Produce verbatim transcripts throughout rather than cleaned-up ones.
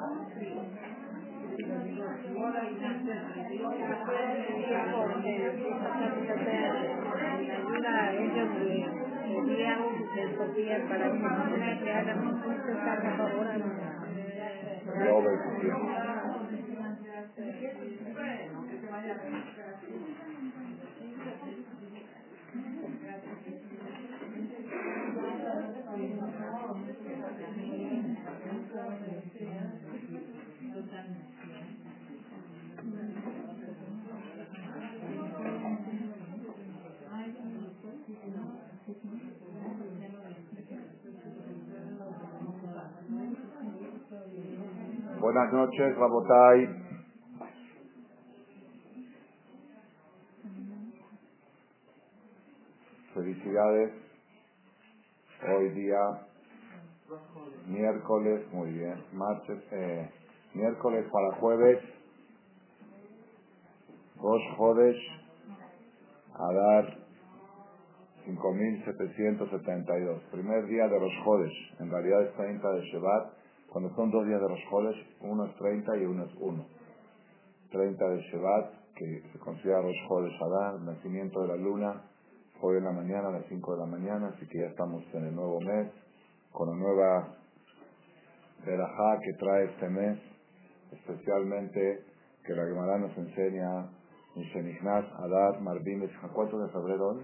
Ellos envían de Sofía para que no que hagan un punto a favor. Buenas noches, Rabotai. Felicidades. Hoy día, miércoles, muy bien, martes, eh, miércoles para jueves, Rosh Hodesh, Adar cinco mil setecientos setenta y dos. Primer día de Rosh Hodesh, en realidad es treinta de Shevat. Cuando son dos días de Rosh Hodesh, uno es treinta y uno es uno. treinta de Shevat, que se considera Rosh Hodesh Adar, el nacimiento de la luna, hoy en la mañana, a las cinco de la mañana, así que ya estamos en el nuevo mes, con la nueva verajá que trae este mes, especialmente que la Gemara nos enseña Mishenichnas Adar Marvin. ¿Cuánto de febrero hoy?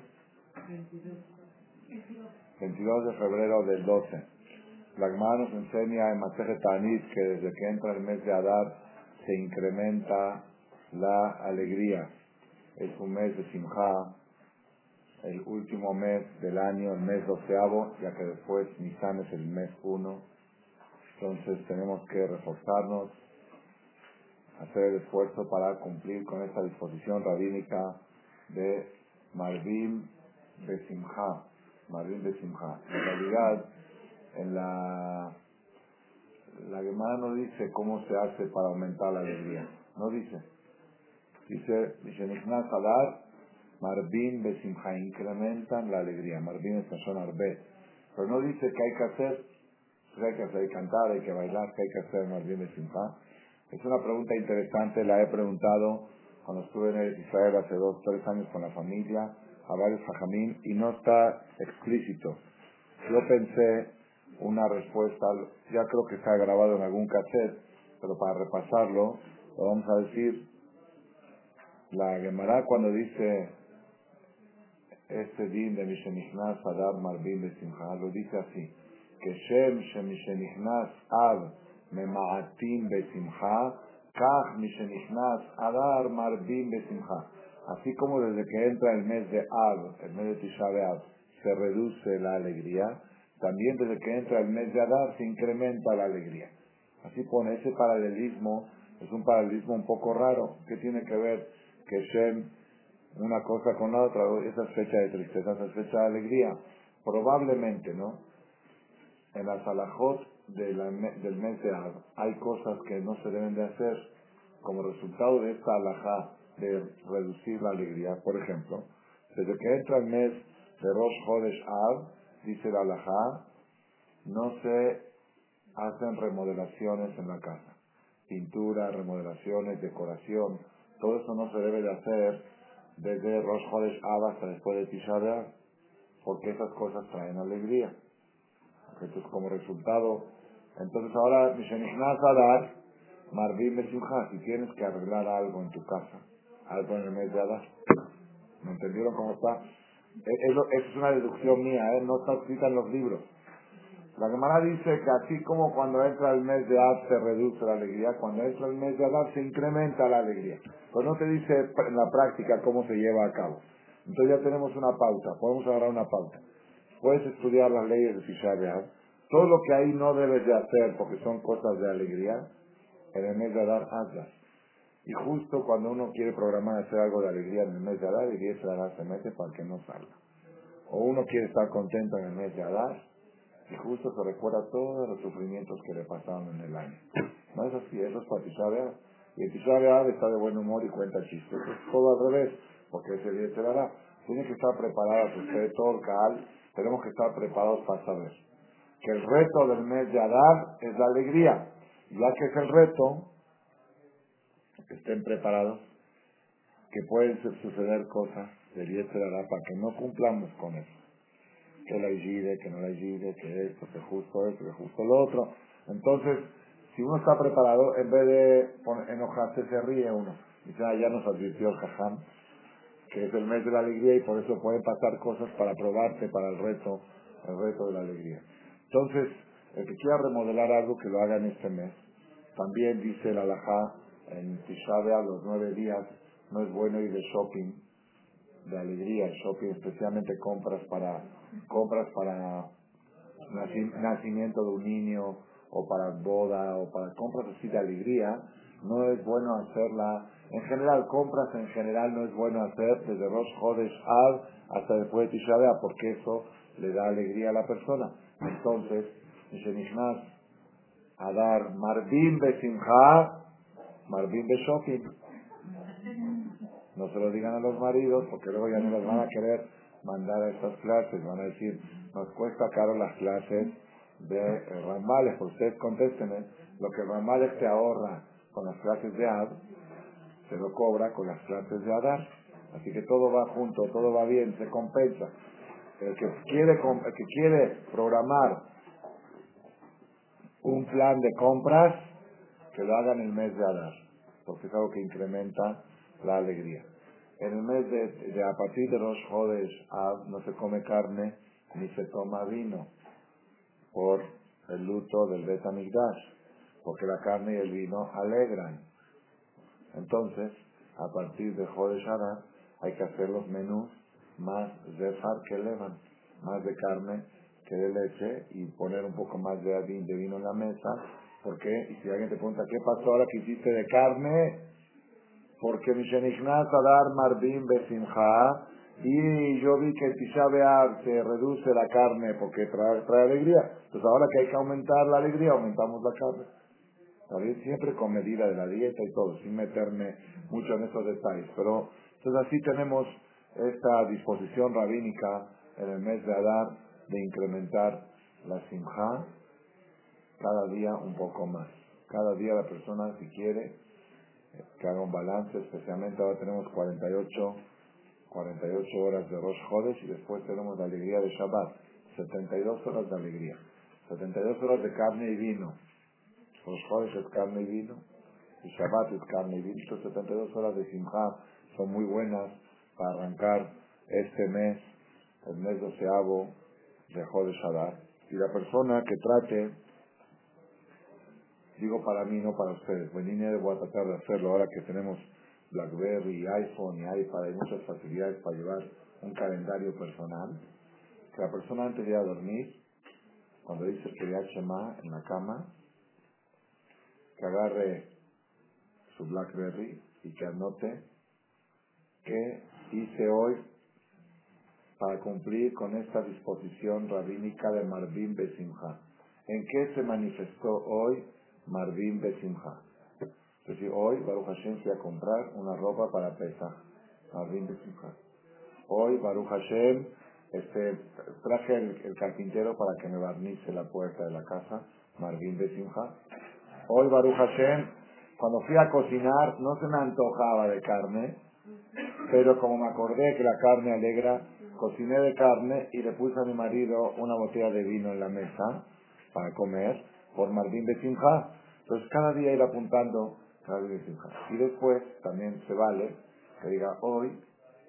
veintidós de febrero del doce. La Gemara nos enseña en Masejet Ta'anit que desde que entra el mes de Adar se incrementa la alegría. Es un mes de Simjá, el último mes del año, el mes doceavo, ya que después Nisan es el mes uno. Entonces tenemos que reforzarnos, hacer el esfuerzo para cumplir con esta disposición rabínica de Marvin Besimha. Marvin Besimha. En realidad, en la la Gemara no dice cómo se hace para aumentar la alegría. No dice. Dice, dice Nichnas Adar, Marvin Besimha, incrementan la alegría. Marvin es Nashon Arbe. Pero no dice que hay que hacer, que hay que hacer, hay que cantar, hay que bailar, que hay que hacer Marvin Besimha. Es una pregunta interesante, la he preguntado cuando estuve en Israel hace dos, tres años con la familia, a varios hajamim, y no está explícito. Yo pensé una respuesta, ya creo que está grabado en algún cassette, pero para repasarlo, lo vamos a decir. La Gemara cuando dice este din de Mishenichnas Adar Marvin Besimha, lo dice así, que Shem Shemishenichnas Ad Mema'atim Besimha, Kach Mishenichnas Adar Marvin Besimha. Así como desde que entra el mes de Av, el mes de Tisha B'Av, se reduce la alegría, también desde que entra el mes de Adar se incrementa la alegría. Así pone, ese paralelismo es un paralelismo un poco raro. ¿Qué tiene que ver que Shem una cosa con la otra? Esa es fecha de tristeza, esa es fecha de alegría. Probablemente, ¿no? En las alajot de la, del mes de Av hay cosas que no se deben de hacer como resultado de esta alajá de reducir la alegría. Por ejemplo, desde que entra el mes de Rosh Hodesh Av, dice la alajá, no se hacen remodelaciones en la casa. Pintura, remodelaciones, decoración, todo eso no se debe de hacer desde Rosh Hodesh Av hasta después de Tisha B'Av, porque esas cosas traen alegría. Entonces, como resultado, entonces ahora, Mishenichnas Adar, Marvin Besimha, si tienes que arreglar algo en tu casa, algo en el mes de Adar, ¿me entendieron cómo está? Eso es, es una deducción mía, ¿eh? No está escrita en los libros. La Gemara dice que así como cuando entra el mes de Av se reduce la alegría, cuando entra el mes de Adar se incrementa la alegría. Pues no te dice en la práctica cómo se lleva a cabo. Entonces ya tenemos una pauta, podemos agarrar una pauta. Puedes estudiar las leyes de Tisha B'Av. Todo lo que ahí no debes de hacer porque son cosas de alegría, en el mes de Adar hazlas. Y justo cuando uno quiere programar hacer algo de alegría en el mes de Adar, el diez de Adar se mete para que no salga. O uno quiere estar contento en el mes de Adar, y justo se recuerda todos los sufrimientos que le pasaron en el año. No es así, eso es para Tisha B'Av. Y el Tisha B'Av está de buen humor y cuenta chistes. Es todo al revés, porque ese día se dará. Tiene que estar preparada usted, todo el Kaal, tenemos que estar preparados para saber que el reto del mes de Adar es la alegría. Ya que es el reto, que estén preparados, que pueden suceder cosas del Yetzer Hara para que no cumplamos con eso. Que la Yide, que no la Yide, que esto, que justo esto, que justo lo otro. Entonces, si uno está preparado, en vez de poner- enojarse, se ríe uno. Dice, ah, ya nos advirtió el Jajam, que es el mes de la alegría y por eso pueden pasar cosas para probarte para el reto, el reto de la alegría. Entonces, el que quiera remodelar algo, que lo haga en este mes. También dice el Alajá, en Tisha B'Av, los nueve días, no es bueno ir de shopping, de alegría, shopping, especialmente compras para, compras para naci- nacimiento de un niño, o para boda, o para compras así de alegría, no es bueno hacerla. En general, compras en general no es bueno hacer desde Rosh Chodesh Av hasta después de Tisha B'Av, porque eso le da alegría a la persona. Entonces, Mishenichnas, a dar Marbim Besimcha, Marbim Beshopping. No se lo digan a los maridos, porque luego ya no los van a querer mandar a estas clases. Van a decir, nos cuesta caro las clases de eh, Ramales. Pues ustedes contéstenme, lo que Ramales te ahorra con las clases de Ad, se lo cobra con las clases de Adar. Así que todo va junto, todo va bien, se compensa. El que quiere, com- el que quiere programar un plan de compras, que lo haga en el mes de Adar, porque es algo que incrementa la alegría. En el mes de, de a partir de los Chodesh Av no se come carne ni se toma vino por el luto del Bet HaMikdash, porque la carne y el vino alegran. Entonces, a partir de Chodesh Adar hay que hacer los menús más zefar que levan, más de carne que de leche, y poner un poco más de, vin- de vino en la mesa. ¿Por qué? Y si alguien te pregunta, ¿qué pasó ahora que hiciste de carne? Porque Mishenichnas Adar Marbim Besimcha, y yo vi que el Tisha B'Av se reduce la carne porque trae, trae alegría. Entonces ahora que hay que aumentar la alegría, aumentamos la carne. ¿Está bien? Siempre con medida de la dieta y todo, sin meterme mucho en esos detalles. Pero entonces así tenemos esta disposición rabínica en el mes de Adar de incrementar la simja cada día un poco más. Cada día la persona, si quiere, que haga un balance. Especialmente ahora tenemos cuarenta y ocho, cuarenta y ocho horas de Rosh Chodesh, y después tenemos la alegría de Shabbat, setenta y dos horas de alegría, setenta y dos horas de carne y vino. Rosh Chodesh es carne y vino, y Shabbat es carne y vino. Estas setenta y dos horas de Simcha son muy buenas para arrancar este mes, el mes doceavo de Chodesh Adar. Y la persona que trate, digo para mí, no para ustedes, en línea voy a tratar de hacerlo ahora que tenemos BlackBerry, iPhone y iPad, hay muchas facilidades para llevar un calendario personal, que la persona antes de ir a dormir, cuando dice Kriyat Shema en la cama, que agarre su BlackBerry y que anote qué hice hoy para cumplir con esta disposición rabínica de Marbim Besimcha. ¿En qué se manifestó hoy Marbim Besimcha? Es decir, hoy Baruch Hashem fui a comprar una ropa para Pesach, Marbim Besimcha. Hoy Baruch Hashem este, traje el, el carpintero para que me barnice la puerta de la casa, Marbim Besimcha. Hoy Baruch Hashem, cuando fui a cocinar, no se me antojaba de carne, pero como me acordé que la carne alegra, cociné de carne y le puse a mi marido una botella de vino en la mesa para comer por Marbim Besimcha. Entonces cada día ir apuntando Marbim Besimcha. Y después también se vale que diga, hoy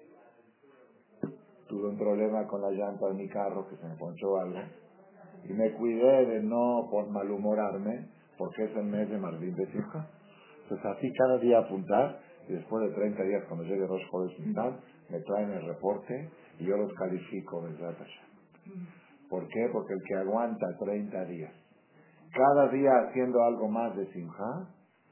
tuve un problema con la llanta de mi carro, que se me ponchó algo, y me cuidé de no por malhumorarme, porque es el mes de Marbim Besimcha. Entonces así cada día apuntar, y después de treinta días, cuando llegue Rosh Chodesh Nisan, me traen el reporte y yo los califico. ¿Verdad? ¿Por qué? Porque el que aguanta treinta días, cada día haciendo algo más de Simcha,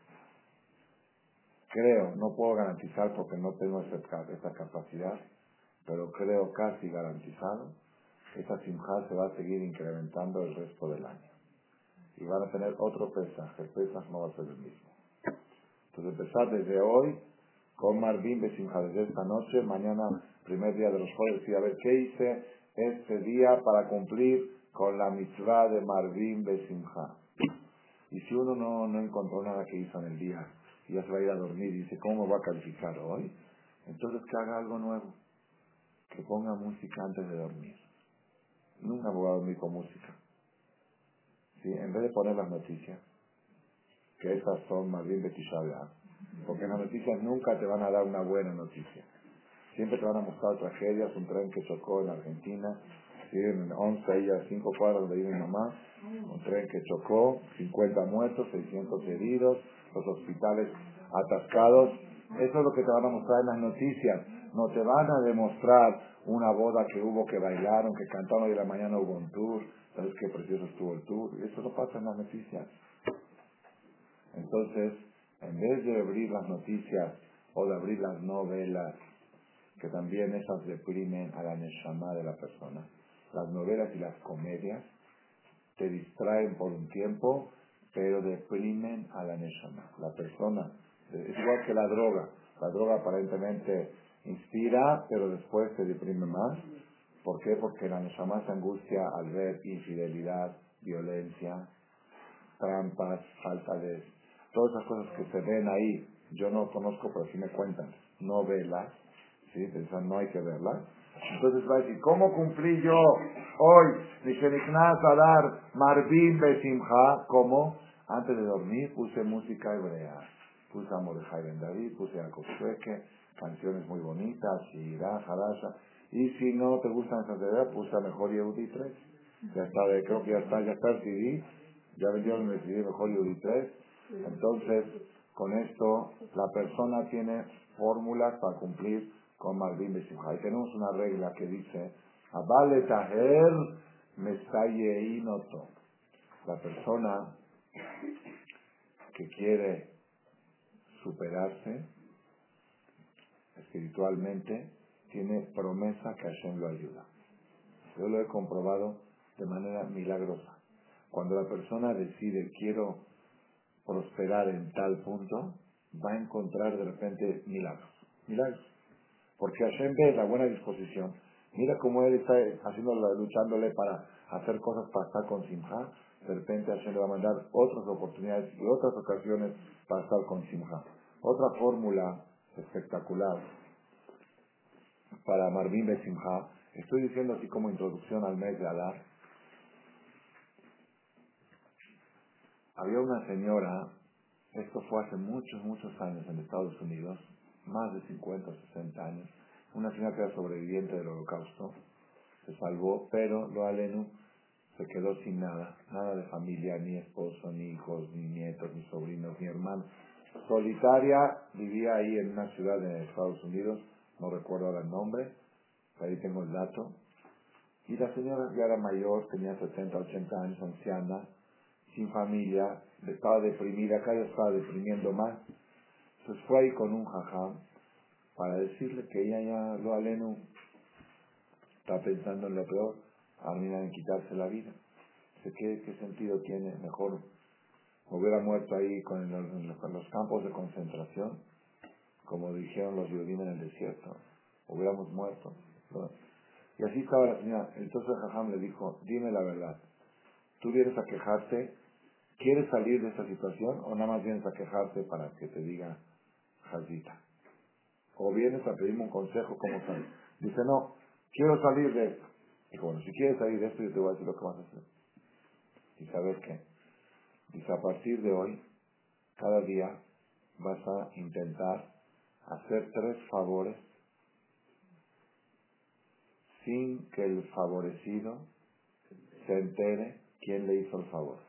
creo, no puedo garantizar porque no tengo esa, esa capacidad, pero creo casi garantizado, esa Simcha se va a seguir incrementando el resto del año. Y van a tener otro Pesaj, el Pesaj no va a ser el mismo. Entonces empezar desde hoy con Marbim Besimcha, desde esta noche, mañana, primer día de los jueves, y a ver qué hice este día para cumplir con la mitzvah de Marbim Besimcha. Y si uno no, no encontró nada que hizo en el día y ya se va a ir a dormir y dice, ¿cómo me va a calificar hoy? Entonces que haga algo nuevo, que ponga música antes de dormir. Nunca voy a dormir con música. ¿Sí? En vez de poner las noticias, que esas son más bien de Tisha B'Av, porque las noticias nunca te van a dar una buena noticia. Siempre te van a mostrar tragedias, un tren que chocó en Argentina, ¿sí? En once, ahí a cinco cuadras donde vive mi mamá, un tren que chocó, cincuenta muertos, seiscientos heridos, los hospitales atascados. Eso es lo que te van a mostrar en las noticias. No te van a demostrar una boda que hubo, que bailaron, que cantaron hoy de la mañana, hubo un tour. ¿Sabes qué precioso estuvo el tour? Eso no pasa en las noticias. Entonces, en vez de abrir las noticias o de abrir las novelas, que también esas deprimen a la neshama de la persona, las novelas y las comedias te distraen por un tiempo, pero deprimen a la neshama. La persona, es igual que la droga. La droga aparentemente inspira, pero después te deprime más. ¿Por qué? Porque la neshama se angustia al ver infidelidad, violencia, trampas, falta de... Todas esas cosas que se ven ahí, yo no conozco, pero sí me cuentan, no velas, ¿sí? Pensan, no hay que verlas. Entonces va a decir, ¿cómo cumplí yo hoy? Nishenichnas a dar Marvin Besimha, ¿cómo? Antes de dormir puse música hebrea, puse a Mordejai Ben David, puse a Kosueke, canciones muy bonitas, Shirah, Hadasha, y si no te gustan esas de hebrea, puse a Mejor Yehudi tres, ya está, de- creo que ya está, ya está el C D, ya vendieron el C D Mejor Yehudi tres. Entonces, con esto, la persona tiene fórmulas para cumplir con Malvin Besimha. Y tenemos una regla que dice, Abale Taher Mesayeinoto. La persona que quiere superarse espiritualmente tiene promesa que Hashem lo ayuda. Yo lo he comprobado de manera milagrosa. Cuando la persona decide, quiero prosperar en tal punto, va a encontrar de repente milagros. Milagros. Porque Hashem ve la buena disposición. Mira cómo él está haciendo, luchándole para hacer cosas para estar con Simha. De repente Hashem le va a mandar otras oportunidades y otras ocasiones para estar con Simha. Otra fórmula espectacular para Marvin de Simha. Estoy diciendo así como introducción al mes de Adar. Había una señora, esto fue hace muchos, muchos años en Estados Unidos, más de cincuenta o sesenta años, una señora que era sobreviviente del holocausto, se salvó, pero lo alenu se quedó sin nada, nada de familia, ni esposo, ni hijos, ni nietos, ni sobrinos, ni hermanos. Solitaria, vivía ahí en una ciudad de Estados Unidos, no recuerdo ahora el nombre, ahí tengo el dato. Y la señora ya era mayor, tenía setenta, ochenta años, anciana, sin familia, estaba deprimida, cada vez estaba deprimiendo más. Entonces fue ahí con un jajam para decirle que ella ya, lo alenu, está pensando en lo peor, a mirar en quitarse la vida. Dice, ¿qué, qué sentido tiene? Mejor hubiera muerto ahí con los, en los, en los campos de concentración, como dijeron los judíos en el desierto. Hubiéramos muerto, ¿no? Y así estaba la señora. Entonces el jajam le dijo, dime la verdad, ¿tú vienes a quejarte? ¿Quieres salir de esta situación o nada más vienes a quejarte para que te diga Jazita? ¿O vienes a pedirme un consejo cómo salir? Dice, no, quiero salir de esto. Dijo, bueno, si quieres salir de esto yo te voy a decir lo que vas a hacer. ¿Y sabes qué? Dice, a partir de hoy, cada día vas a intentar hacer tres favores sin que el favorecido se entere quién le hizo el favor.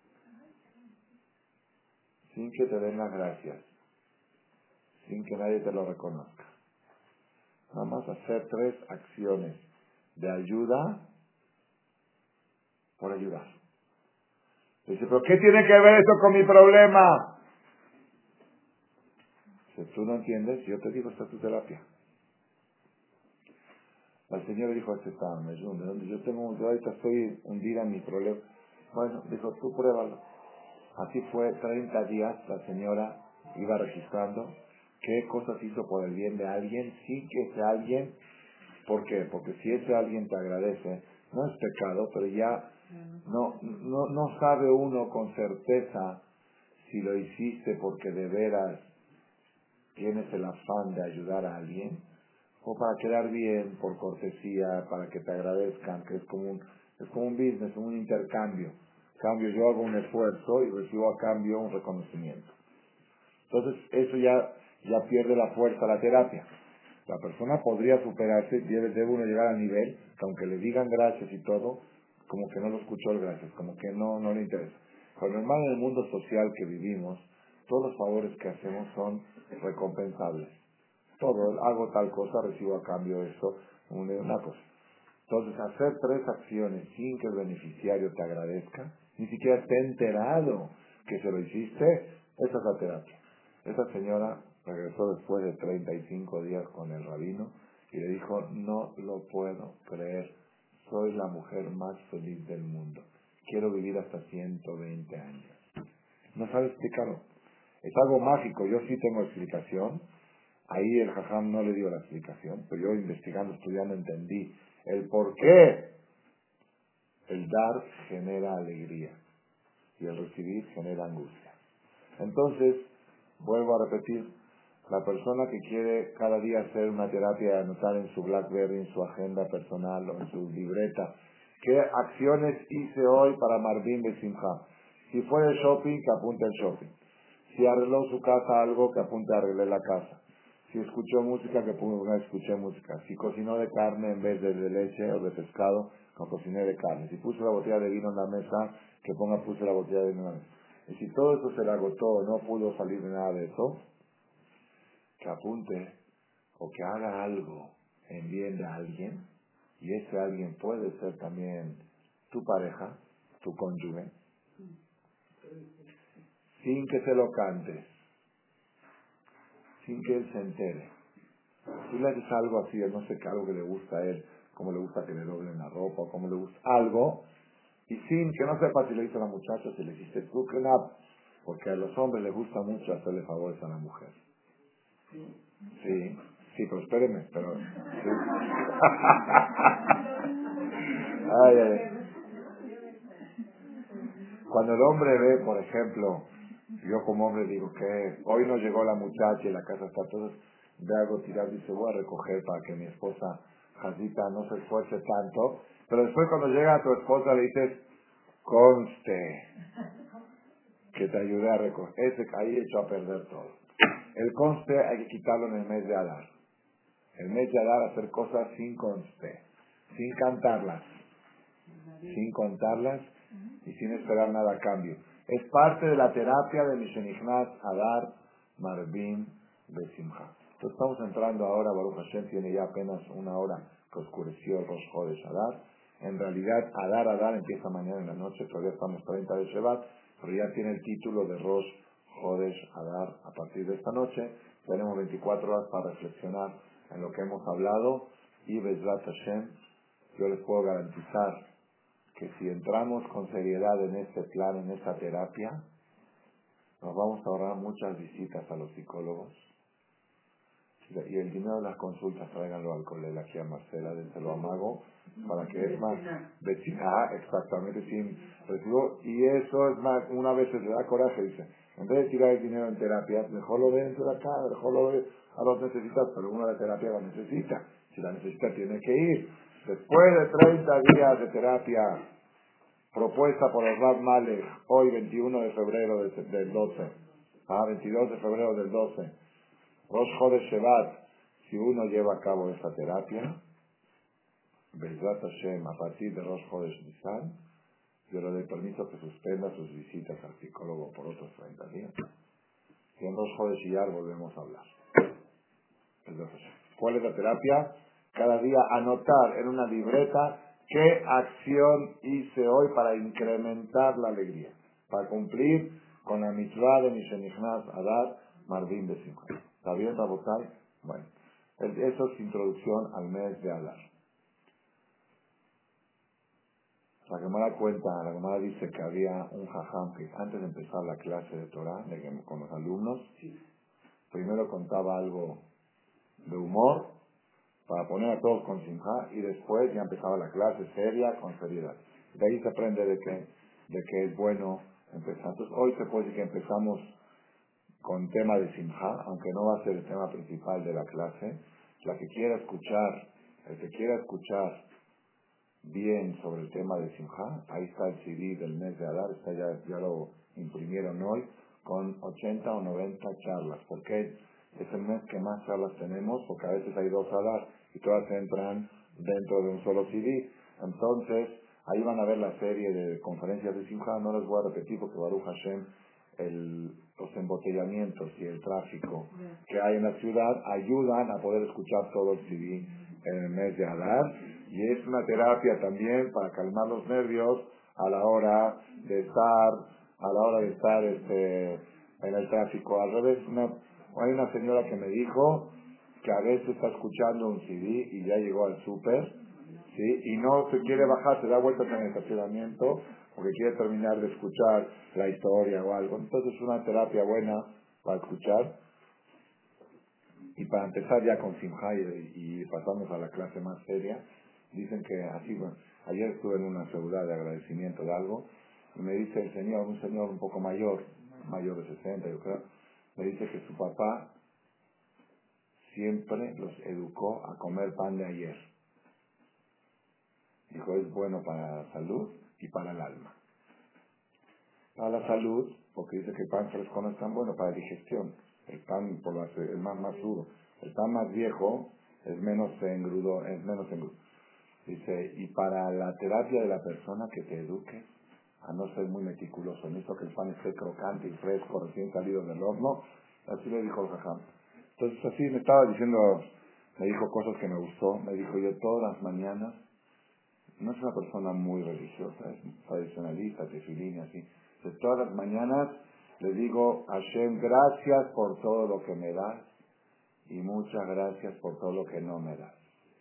Sin que te den las gracias. Sin que nadie te lo reconozca. Nada más hacer tres acciones de ayuda por ayudar. Dice, ¿pero qué tiene que ver eso con mi problema? Si tú no entiendes, yo te digo, esta es tu terapia. La señora dijo, este está, me ayuda, donde yo tengo, yo ahorita estoy hundida en mi problema. Bueno, dijo, tú pruébalo. Así fue, treinta días la señora iba registrando qué cosas hizo por el bien de alguien, sin que ese alguien, ¿por qué? Porque si ese alguien te agradece, no es pecado, pero ya No, no, no sabe uno con certeza si lo hiciste porque de veras tienes el afán de ayudar a alguien o para quedar bien, por cortesía, para que te agradezcan, que es como un, es como un business, un intercambio. Cambio, yo hago un esfuerzo y recibo a cambio un reconocimiento. Entonces, eso ya, ya pierde la fuerza la terapia. La persona podría superarse, debe, debe uno llegar al nivel que aunque le digan gracias y todo, como que no lo escuchó el gracias, como que no, no le interesa. Pero normal en el mundo social que vivimos, todos los favores que hacemos son recompensables. Todo, hago tal cosa, recibo a cambio eso, una, una cosa. Entonces, hacer tres acciones sin que el beneficiario te agradezca, ni siquiera esté enterado que se lo hiciste, esa es la terapia. Esa señora regresó después de treinta y cinco días con el rabino y le dijo, no lo puedo creer, soy la mujer más feliz del mundo, quiero vivir hasta ciento veinte años. No sabe explicarlo. Es algo mágico, yo sí tengo explicación. Ahí el jajam no le dio la explicación, pero yo investigando, estudiando, entendí el por qué. El dar genera alegría y el recibir genera angustia. Entonces, vuelvo a repetir, la persona que quiere cada día hacer una terapia, anotar en su BlackBerry, en su agenda personal o en su libreta, qué acciones hice hoy para Marvin Besimha. Si fue de shopping, que apunte al shopping. Si arregló su casa algo, que apunte a arreglar la casa. Si escuchó música, que ponga escuché música. Si cocinó de carne en vez de, de leche o de pescado, que cociné de carne. Si puso la botella de vino en la mesa, que ponga puse la botella de vino en la mesa. Y si todo eso se le agotó, no pudo salir de nada de eso, que apunte o que haga algo en bien de alguien, y ese alguien puede ser también tu pareja, tu cónyuge, sin que se lo cantes, sin que él se entere. Tú le haces algo así, no sé qué, algo que le gusta a él, como le gusta que le doblen la ropa, o como le gusta algo, y sin que no sepa si le hizo a la muchacha, si le hiciste tú, que nada, porque a los hombres les gusta mucho hacerle favores a la mujer. Sí, sí, pero espérenme, pero... Sí. Ay, ay. Cuando el hombre ve, por ejemplo, yo como hombre digo que hoy no llegó la muchacha y la casa está todo, ve algo tirado y dice, voy a recoger para que mi esposa, Jacita, no se esfuerce tanto, pero después cuando llega a tu esposa le dices, conste, que te ayude a recoger. Ese ahí echó a perder todo. El conste hay que quitarlo en el mes de Adar. El mes de Adar hacer cosas sin conste, sin cantarlas, sin contarlas y sin esperar nada a cambio. Es parte de la terapia de Mishenichnas Adar Marvin Besimha. Entonces estamos entrando ahora, Baruch Hashem tiene ya apenas una hora que oscureció el Rosh Chodesh Adar. En realidad Adar Adar empieza mañana en la noche, todavía estamos treinta de Shevat, pero ya tiene el título de Rosh Chodesh Adar a partir de esta noche. Tenemos veinticuatro horas para reflexionar en lo que hemos hablado y Bezrat Hashem, yo les puedo garantizar que si entramos con seriedad en este plan, en esta terapia, nos vamos a ahorrar muchas visitas a los psicólogos y el dinero de las consultas tráiganlo al colega aquí a Marcela, dénselo a Mago, para que es más vecina, exactamente, sin recibo, y eso es más, una vez se le da coraje, dice, en vez de tirar el dinero en terapia, mejor lo den de acá, mejor lo den a los necesitas, pero uno la terapia la necesita, si la necesita tiene que ir. Después de treinta días de terapia propuesta por el Rav Malek, hoy veintiuno de febrero de- del doce, ah, veintidós de febrero del doce, Rosh Chodesh Shevat, si uno lleva a cabo esa terapia, Bezrat Hashem, a partir de Rosh Chodesh Nisan, yo le doy permiso que suspenda sus visitas al psicólogo por otros treinta días. Y en Rosh Chodesh Iyar volvemos a hablar. Bezrat Hashem. ¿Cuál es la terapia? Cada día anotar en una libreta qué acción hice hoy para incrementar la alegría, para cumplir con la mitzvah de Mishenichnas Adar Marvin Besimcha. ¿Está bien, Rabotai? Bueno, el- eso es introducción al mes de Adar. La Gemara cuenta, la Gemara dice que había un jajam que antes de empezar la clase de Torah de que- con los alumnos, primero contaba algo de humor para poner a todos con simja y después ya empezaba la clase seria con seriedad. De ahí se aprende de que, de que es bueno empezar. Entonces, hoy se puede decir que empezamos con tema de Simha, aunque no va a ser el tema principal de la clase. La que quiera escuchar, el que quiera escuchar bien sobre el tema de Simha, ahí está el C D del mes de Adar, está ya, ya lo imprimieron hoy, con ochenta o noventa charlas. ¿Por qué? Es el mes que más charlas tenemos, porque a veces hay dos Adar y todas entran dentro de un solo C D. Entonces, ahí van a ver la serie de conferencias de Simha. No les voy a repetir porque Baruch Hashem, el, los embotellamientos y el tráfico que hay en la ciudad ayudan a poder escuchar todo el C D en el mes de Adar, y es una terapia también para calmar los nervios a la hora de estar a la hora de estar este en el tráfico. Al revés, una, hay una señora que me dijo que a veces está escuchando un C D y ya llegó al súper, ¿sí? Y no se quiere bajar, se da vueltas en el estacionamiento porque quiere terminar de escuchar la historia o algo. Entonces es una terapia buena para escuchar. Y para empezar ya con Simha y, y pasamos a la clase más seria, dicen que así, bueno, ayer estuve en una ciudad de agradecimiento de algo, y me dice el señor, un señor un poco mayor, mayor de sesenta yo creo, me dice que su papá siempre los educó a comer pan de ayer. Dijo, es bueno para la salud y para el alma. Para la salud, porque dice que el pan fresco no es tan bueno para la digestión. El pan por la, el más más duro. El pan más viejo es menos engrudo, es menos engrudo. Dice, y para la terapia de la persona que te eduque a no ser muy meticuloso, necesito que el pan esté crocante y fresco, recién salido del horno. Así le dijo el jajam. Entonces así me estaba diciendo, me dijo cosas que me gustó. Me dijo, yo todas las mañanas, no es una persona muy religiosa, es tradicionalista, tefilín y así. De todas las mañanas le digo, Hashem, gracias por todo lo que me das y muchas gracias por todo lo que no me das.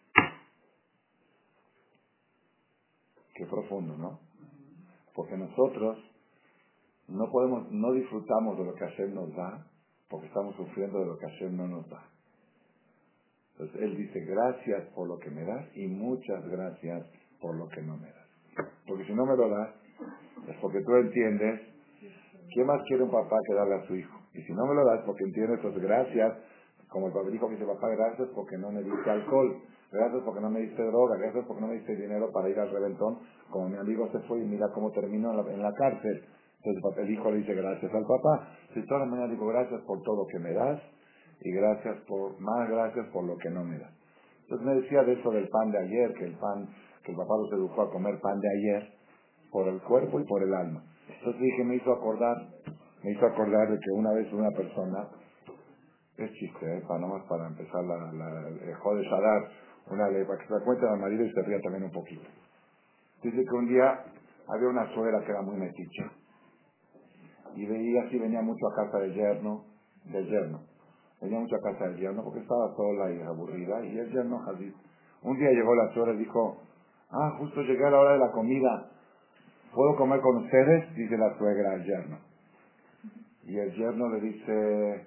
Qué profundo, ¿no? Porque nosotros no podemos, no disfrutamos de lo que Hashem nos da porque estamos sufriendo de lo que Hashem no nos da. Entonces él dice, gracias por lo que me das y muchas gracias por lo que no me das. Porque si no me lo das, es porque tú entiendes. ¿Quién más quiere un papá que darle a su hijo? Y si no me lo das porque entiendes, pues gracias, como el papá dijo que dice, papá, gracias porque no me diste alcohol, gracias porque no me diste droga, gracias porque no me diste dinero para ir al reventón, como mi amigo se fue y mira cómo terminó en la, en la cárcel. Entonces el, papá, el hijo le dice gracias al papá. Si todas las mañanas digo gracias por todo lo que me das y gracias por, más gracias por lo que no me das. Entonces me decía de eso del pan de ayer, que el pan, que el papá los educó a comer pan de ayer, por el cuerpo y por el alma. Entonces dije, me hizo acordar, me hizo acordar de que una vez una persona, es chiste, ¿eh? Para nomás para empezar la, la, el Jode Shadar, una ley, para que se la cuente al marido y se ría también un poquito. Dice que un día había una suegra que era muy metiche, y veía así, venía mucho a casa del yerno, del yerno, venía mucho a casa del yerno porque estaba sola y aburrida, y el yerno así. Un día llegó la suegra y dijo, ah, justo llegué a la hora de la comida, ¿puedo comer con ustedes? Dice la suegra al yerno. Y el yerno le dice,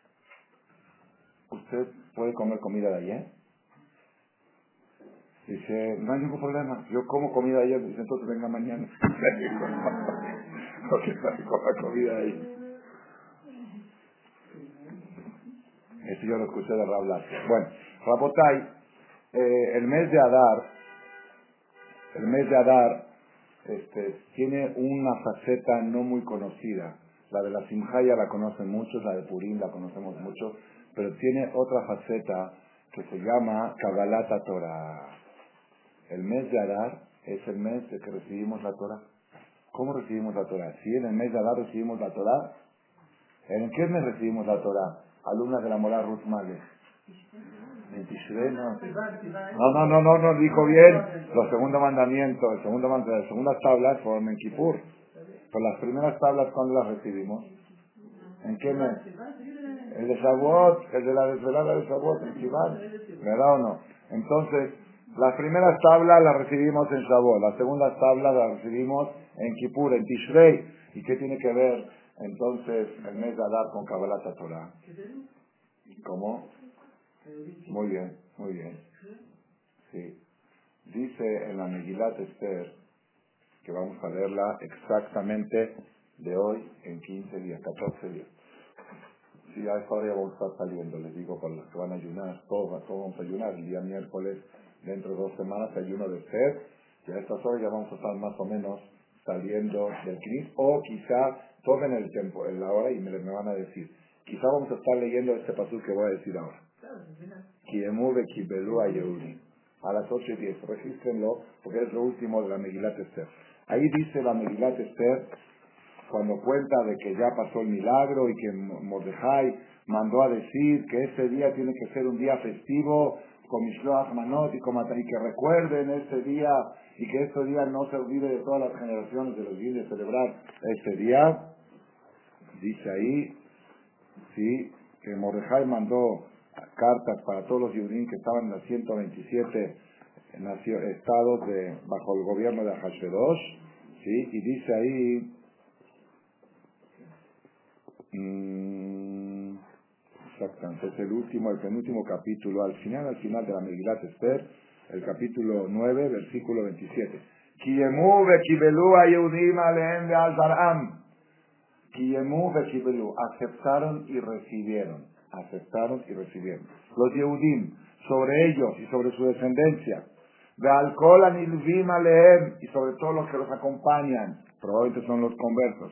¿usted puede comer comida de ayer? Dice, no hay ningún problema, yo como comida de ayer. Dice, entonces venga mañana. Porque coma comida ahí. Eso yo lo escuché de Rab Lasker. Bueno, Rabotai, eh, el mes de Adar, el mes de Adar, este, tiene una faceta no muy conocida. La de la Simha ya la conocen muchos, la de Purim la conocemos mucho, pero tiene otra faceta que se llama Kabbalat Torah. El mes de Adar es el mes de que recibimos la Torah. ¿Cómo recibimos la Torah? Si en el mes de Adar recibimos la Torah, ¿en qué mes recibimos la Torah? Alumna de la Morá Ruth Males. En Tishrei, no. No, no, no, no, no, dijo bien. Los segundos mandamientos, el segundo mandamiento, las segundas tablas fueron en Kippur. Pero las primeras tablas, ¿cuándo las recibimos? ¿En qué mes? El de Shavuot, el de la desvelada de Shavuot, en Sivan. ¿Verdad o no? Entonces, las primeras tablas las recibimos en Shavuot, las segundas tablas las recibimos en Kippur, en Tishrei. ¿Y qué tiene que ver entonces el mes de Adar con Kabbalat Torah? ¿Cómo? Muy bien, muy bien. Sí. Dice en la Megilat Esther, que vamos a leerla exactamente de hoy en quince días, catorce días. Sí, a esta hora ya vamos a estar saliendo, les digo, con los que van a ayunar, todos, todos vamos a ayunar, el día miércoles, dentro de dos semanas, ayuno de sed, y a estas horas ya vamos a estar más o menos saliendo del Cris, o quizá tomen el tiempo, en la hora, y me, me van a decir, quizá vamos a estar leyendo este pasú que voy a decir ahora. Kiemu Bekibelu a Yehudi. A las ocho y diez, regístrenlo, porque es lo último de la Megilat Esther. Ahí dice la Megilat Esther, cuando cuenta de que ya pasó el milagro y que Mordejai mandó a decir que ese día tiene que ser un día festivo con Mishloach Manot y, con Mata- y que recuerden ese día y que ese día no se olvide de todas las generaciones de los días de celebrar ese día. Dice ahí, sí, que Mordejai mandó cartas para todos los Yehudim que estaban en los ciento veintisiete nacio- estados de, bajo el gobierno de Ahashverosh, sí, y dice ahí, Mm, exactamente, es el último, el penúltimo capítulo, al final, al final de la Megilat Esther, el capítulo nueve, versículo veintisiete. Kiemu vekibelu a Yehudim aleem ve'al zar'am. Kiemu vekibelu, aceptaron y recibieron, aceptaron y recibieron. Los Yehudim, sobre ellos y sobre su descendencia. Ve'al kol anilvim aleem, y sobre todos los que los acompañan, probablemente son los conversos.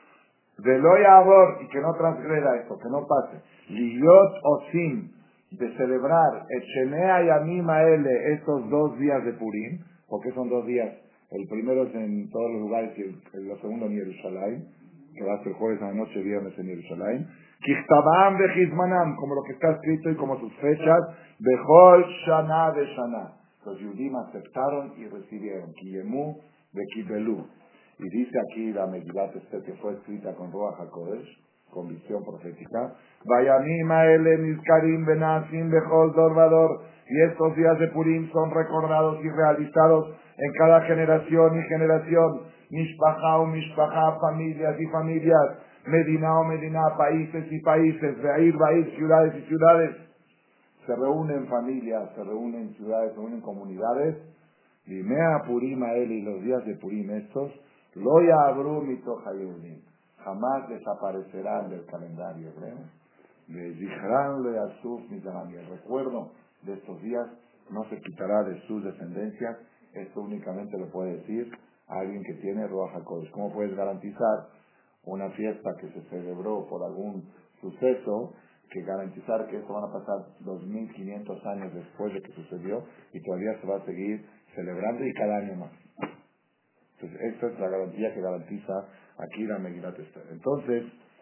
De lo yabor, y que no transgreda esto, que no pase. Liyot osim, de celebrar el Shenea y Amima Ele, estos dos días de Purim, porque son dos días, el primero es en todos los lugares y el, el segundo en Jerusalén, que va a ser jueves a la noche, viernes en Jerusalén. Kichtabam vechizmanam, como lo que está escrito y como sus fechas, Bechol Shana de Shana. Los Yudim aceptaron y recibieron. Kiyemu vekibelu. Y dice aquí la Megilat Esther, que fue escrita con Ruach HaKodesh, con visión profética. Vayamima ele nizkarim benasim bechol dor vador. Y estos días de Purim son recordados y realizados en cada generación y generación. Mishpacha o mishpacha, familias y familias. Medina o medina, países y países. Ve'ir, va'ir, ciudades y ciudades. Se reúnen familias, se reúnen ciudades, se reúnen comunidades. Vimea Purim a él y los días de Purim estos. Lo yabru mitoch hayudim. Jamás desaparecerán del calendario hebreo. Bezichrán lo yasuf mizaram. Y el recuerdo de estos días no se quitará de sus descendencias. Esto únicamente lo puede decir a alguien que tiene Ruach HaKodesh. ¿Cómo puedes garantizar una fiesta que se celebró por algún suceso, que garantizar que esto van a pasar dos mil quinientos años después de que sucedió y todavía se va a seguir celebrando y cada año más? Entonces, esta es la garantía que garantiza aquí la Megilat Esther. Entonces,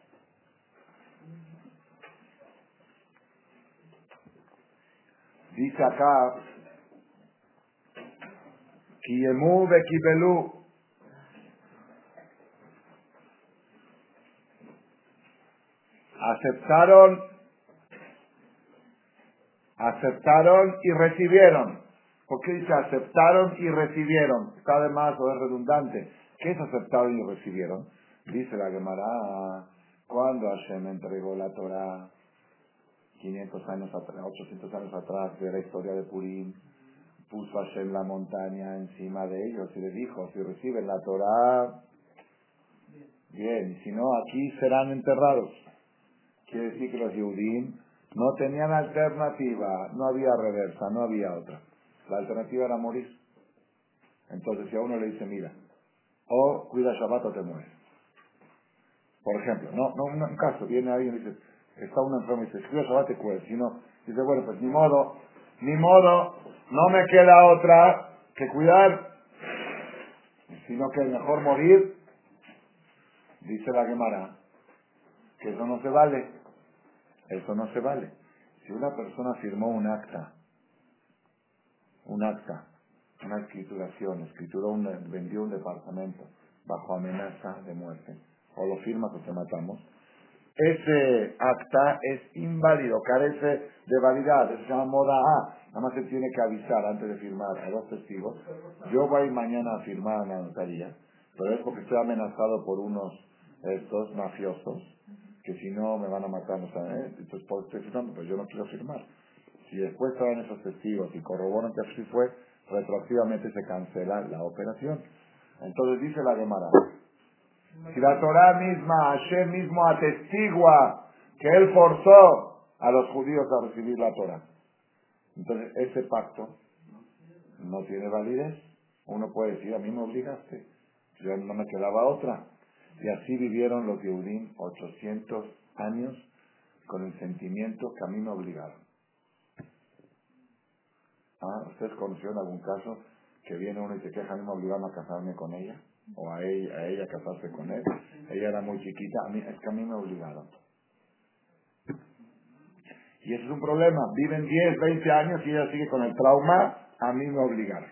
dice acá, Kiyemu vekibelu, aceptaron, aceptaron y recibieron. ¿Por qué dice aceptaron y recibieron? Está de más o es redundante. ¿Qué es aceptaron y recibieron? Dice la Gemara, cuando Hashem entregó la Torah, quinientos años atrás, ochocientos años atrás de la historia de Purim, puso Hashem la montaña encima de ellos y les dijo, si reciben la Torah, bien, y si no, aquí serán enterrados. Quiere decir que los Yehudim no tenían alternativa, no había reversa, no había otra. La alternativa era morir. Entonces, si a uno le dice, mira, o cuida Shabbat o te mueres. Por ejemplo, no, no, no, un caso, viene alguien y dice, está uno enfermo y dice, cuida Shabbat te cuidas. Si no, dice, bueno, pues ni modo, ni modo, no me queda otra que cuidar, sino que es mejor morir. Dice la Gemara, que eso no se vale. Eso no se vale. Si una persona firmó un acta, un acta, una escrituración, escrituró un, vendió un departamento bajo amenaza de muerte, o lo firma que te matamos, ese acta es inválido, carece de validad, eso se llama moda A, nada más se tiene que avisar antes de firmar a los testigos, yo voy mañana a firmar en la notaría, pero es porque estoy amenazado por unos estos mafiosos, que si no me van a matar, no saben, ¿eh? Entonces por estoy firmando, pues yo no quiero firmar. Si después traen esos testigos y corroboran que así fue, retroactivamente se cancela la operación. Entonces dice la Gemara, si la Torah misma, Hashem mismo atestigua que él forzó a los judíos a recibir la Torah, entonces ese pacto no tiene validez. Uno puede decir, a mí me obligaste, yo no me quedaba otra. Y así vivieron los Yehudim ochocientos años con el sentimiento que a mí me obligaron. ¿Ah? ¿Ustedes conocieron algún caso que viene uno y se queja, a mí me obligaron a casarme con ella? O a ella, a ella casarse con él. Ella era muy chiquita, a mí, es que a mí me obligaron. Y ese es un problema. Viven diez, veinte años y ella sigue con el trauma, a mí me obligaron.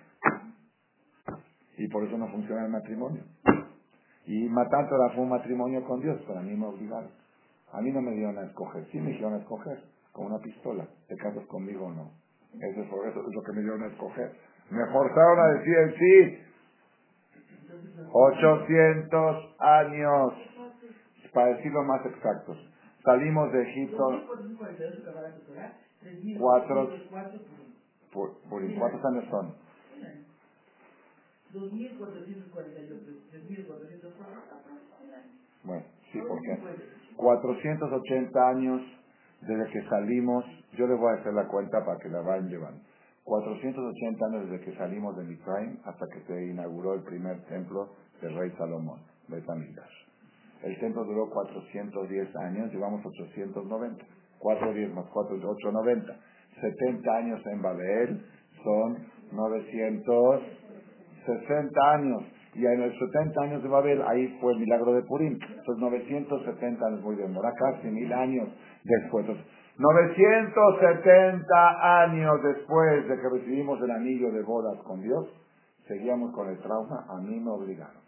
Y por eso no funciona el matrimonio. Y Matántora fue un matrimonio con Dios, pero a mí me obligaron. A mí no me dieron a escoger. Sí me dijeron a escoger, con una pistola. ¿Te casas conmigo o no? Eso es, eso es lo que me dieron a escoger. Me forzaron a decir el sí. ochocientos años. Para decirlo más exactos. Salimos de Egipto. Cuatro. Por, por, ¿Cuántos años son? Bueno, sí, ¿por qué? cuatrocientos ochenta años desde que salimos, yo les voy a hacer la cuenta para que la vayan llevando. cuatrocientos ochenta años desde que salimos de Mitzrayim hasta que se inauguró el primer templo del rey Salomón, Beit HaMikdash. El templo duró cuatrocientos diez años, llevamos ochocientos noventa. cuatro diez más cuatro, ocho noventa. setenta años en Babel son novecientos sesenta años. Y en los setenta años de Babel, ahí fue el milagro de Purim. Entonces, novecientos setenta años, muy bien, ahora casi mil años después. Entonces, novecientos setenta años después de que recibimos el anillo de bodas con Dios, seguíamos con el trauma, a mí me obligaron.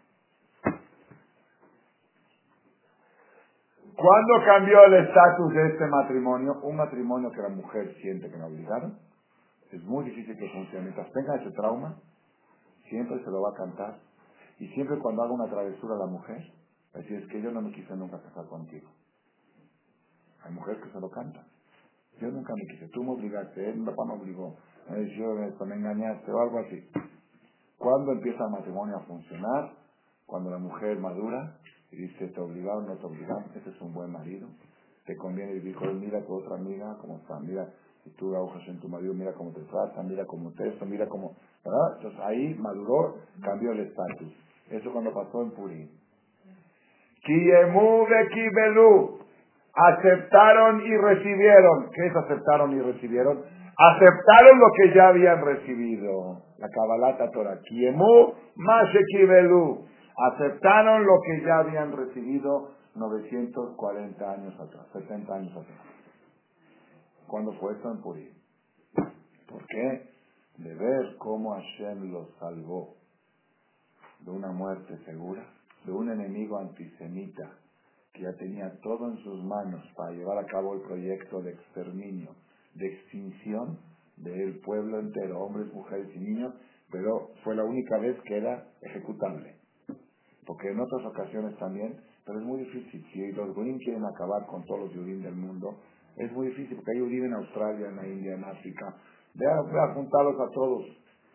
¿Cuándo cambió el estatus de este matrimonio? Un matrimonio que la mujer siente que me obligaron. Es muy difícil que funcione. Mientras tenga ese trauma, siempre se lo va a cantar. Y siempre cuando haga una travesura a la mujer, va a decir, es que yo no me quise nunca casar contigo. Hay mujeres que se lo cantan. Yo nunca me quise, tú me obligaste, él, mi papá me obligó, me dijo, me engañaste o algo así. ¿Cuándo empieza el matrimonio a funcionar? Cuando la mujer madura y dice, te obligaron, no te obligaron, ese es un buen marido. Te conviene vivir con él, mira tu otra amiga, cómo está, mira, si tú agujas en tu marido, mira cómo te trata, mira cómo te esto, mira cómo, ¿verdad? Entonces ahí maduró, cambió el estatus. Eso cuando pasó en Purim. Kiyemu ve kibelu. Aceptaron y recibieron. ¿Qué es aceptaron y recibieron? Aceptaron lo que ya habían recibido. La Kabbalat Torah. Kiyemu mashe kibelu. Aceptaron lo que ya habían recibido novecientos cuarenta años atrás, setenta años atrás. ¿Cuándo fue esto? En Purim. ¿Por qué? De ver cómo Hashem los salvó de una muerte segura, de un enemigo antisemita que ya tenía todo en sus manos para llevar a cabo el proyecto de exterminio, de extinción del pueblo entero, hombres, mujeres y niños, pero fue la única vez que era ejecutable. Porque en otras ocasiones también, pero es muy difícil. Si los Goyim quieren acabar con todos los Yudim del mundo, es muy difícil, porque hay Yudim en Australia, en la India, en África. Vea, vea, juntarlos a todos.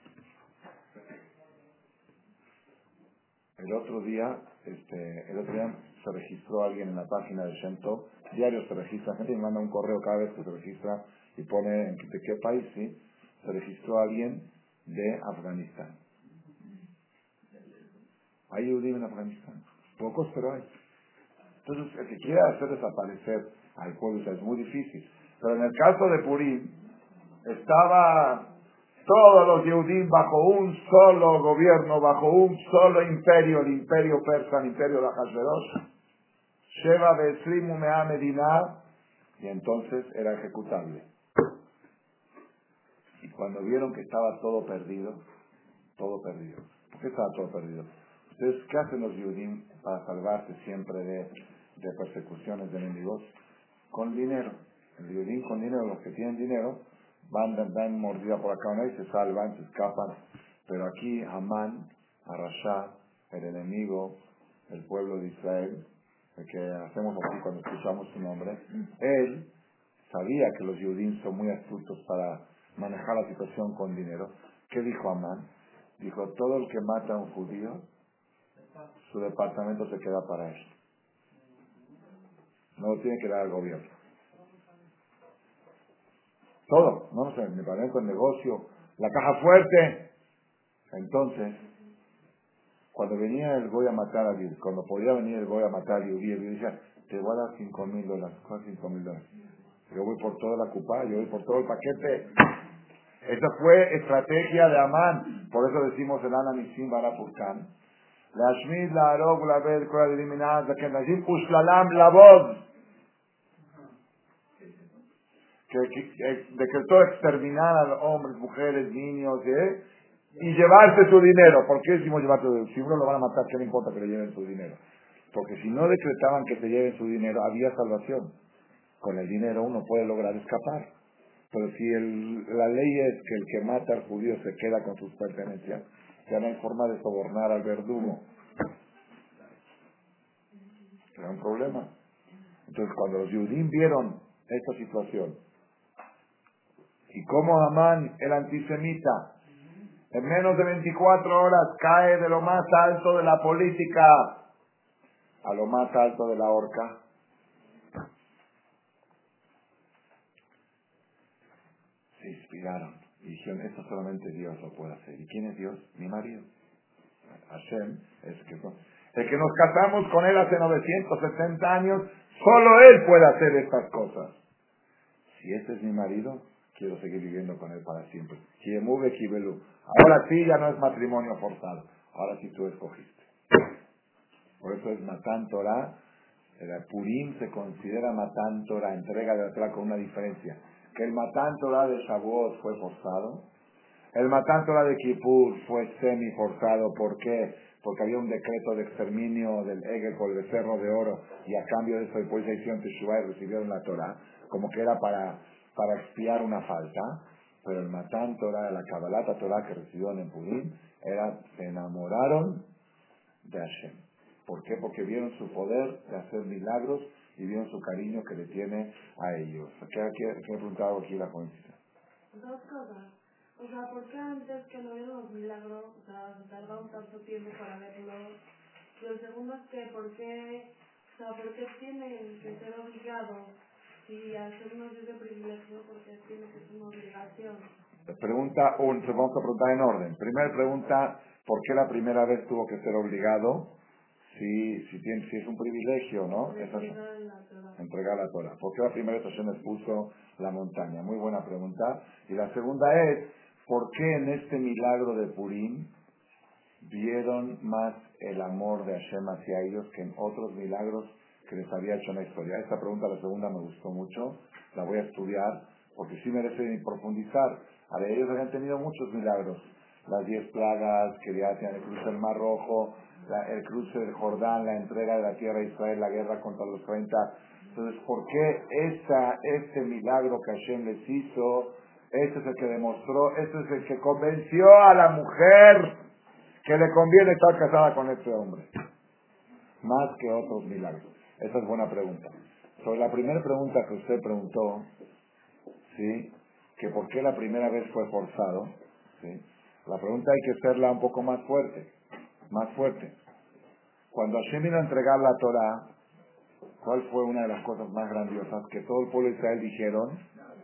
El otro día, este, el otro día se registró alguien en la página de Shem Tov. Diario se registra, gente me manda un correo cada vez que se registra y pone en qué- de qué país, sí. Se registró alguien de Afganistán. ¿Hay Yudim en Afganistán? Pocos, pero hay. Entonces, el que quiera hacer desaparecer al pueblo, o sea, es muy difícil. Pero en el caso de Purim, estaba todos los Yehudim bajo un solo gobierno, bajo un solo imperio, el imperio persa, el imperio de Ahasverosh. Sheva Be'esrim Umea Medina, y entonces era ejecutable. Y cuando vieron que estaba todo perdido, todo perdido. ¿Por qué estaba todo perdido? Entonces, ¿qué hacen los Yehudim para salvarse siempre de, de persecuciones de enemigos? Con dinero. El Yehudim con dinero, los que tienen dinero, van, dan, dan mordida por acá una y se salvan, se escapan. Pero aquí Amán, Arashá, el enemigo, el pueblo de Israel, el que hacemos así cuando escuchamos su nombre, él sabía que los Yehudim son muy astutos para manejar la situación con dinero. ¿Qué dijo Amán? Dijo, todo el que mata a un judío su departamento se queda para él. No lo tiene que dar al gobierno. Todo, no, no sé, mi departamento, el negocio, la caja fuerte. Entonces, cuando venía el Goy a matar a Dios, cuando podía venir el Goy a matar a Dios, yo decía, te voy a dar cinco mil dólares. ¿Cuál cinco mil dólares? Yo voy por toda la cupa, yo voy por todo el paquete. Esa fue estrategia de Amán. Por eso decimos el Ana Misim Barapurkan. La Shmid, la Arog, la Bed, la Eliminada, la Kenazim, Uslalam, la voz. Que, que, que decretó exterminar a los hombres, mujeres, niños, ¿eh? Y llevarse su dinero. ¿Por qué decimos llevarse su dinero? Si uno lo van a matar, ¿qué le importa que le lleven su dinero? Porque si no decretaban que se lleven su dinero, había salvación. Con el dinero uno puede lograr escapar. Pero si el, la ley es que el que mata al judío se queda con sus pertenencias, ya no hay forma de sobornar al verdugo. Era un problema. Entonces cuando los judíos vieron esta situación, y cómo Amán, el antisemita, en menos de veinticuatro horas cae de lo más alto de la política a lo más alto de la horca, se inspiraron y dijeron, esto solamente Dios lo puede hacer. ¿Y quién es Dios? Mi marido. Hashem es que el que nos casamos con él hace novecientos setenta años, solo él puede hacer estas cosas. Si este es mi marido, quiero seguir viviendo con él para siempre. Kiemube Kibelu. Ahora sí ya no es matrimonio forzado. Ahora sí tú escogiste. Por eso es Matán Torah. El Purim se considera Matán Torah, entrega de la Torah, con una diferencia. Que el Matán Torah de Shavuot fue forzado. El Matán Torah de Kippur fue semi forzado. ¿Por qué? Porque había un decreto de exterminio del Egel por el becerro de oro, y a cambio de eso después se hicieron Teshuvah y recibieron la Torah, como que era para, para expiar una falta. Pero el Matán Torah, la Kabbalat Torah que recibieron en Purim, era, se enamoraron de Hashem. ¿Por qué? Porque vieron su poder de hacer milagros y vieron su cariño que le tiene a ellos. ¿Qué ha preguntado aquí la jovencita? Dos cosas. O sea, ¿por qué antes que no vieron los milagros, o sea, se tardaron tanto tiempo para verlos? Y el segundo es que, ¿por qué, o sea, ¿por qué tienen que ser obligados? Si hacer unos días de privilegio, porque tiene que ser una obligación. Pregunta un, vamos a preguntar en orden. Primera pregunta, ¿por qué la primera vez tuvo que ser obligado? Si, si, tiene, si es un privilegio, ¿no? Es entregar la Torah. ¿Por qué la primera vez Hashem les puso la montaña? Muy buena pregunta. Y la segunda es, ¿por qué en este milagro de Purim vieron más el amor de Hashem hacia ellos que en otros milagros que les había hecho en la historia? Esta pregunta, la segunda, me gustó mucho. La voy a estudiar porque sí merece profundizar. A ver, ellos habían tenido muchos milagros. Las diez plagas, que ya hacían el cruce del Mar Rojo, la, el cruce del Jordán, la entrega de la tierra de Israel, la guerra contra los treinta. Entonces, ¿por qué esta, este milagro que Hashem les hizo? Este es el que demostró, este es el que convenció a la mujer que le conviene estar casada con este hombre, más que otros milagros. Esa es buena pregunta. Sobre la primera pregunta que usted preguntó, ¿sí? Que por qué la primera vez fue forzado, ¿sí? La pregunta hay que hacerla un poco más fuerte, más fuerte. Cuando Hashem vino a entregar la Torah, ¿cuál fue una de las cosas más grandiosas? Que todo el pueblo de Israel dijeron,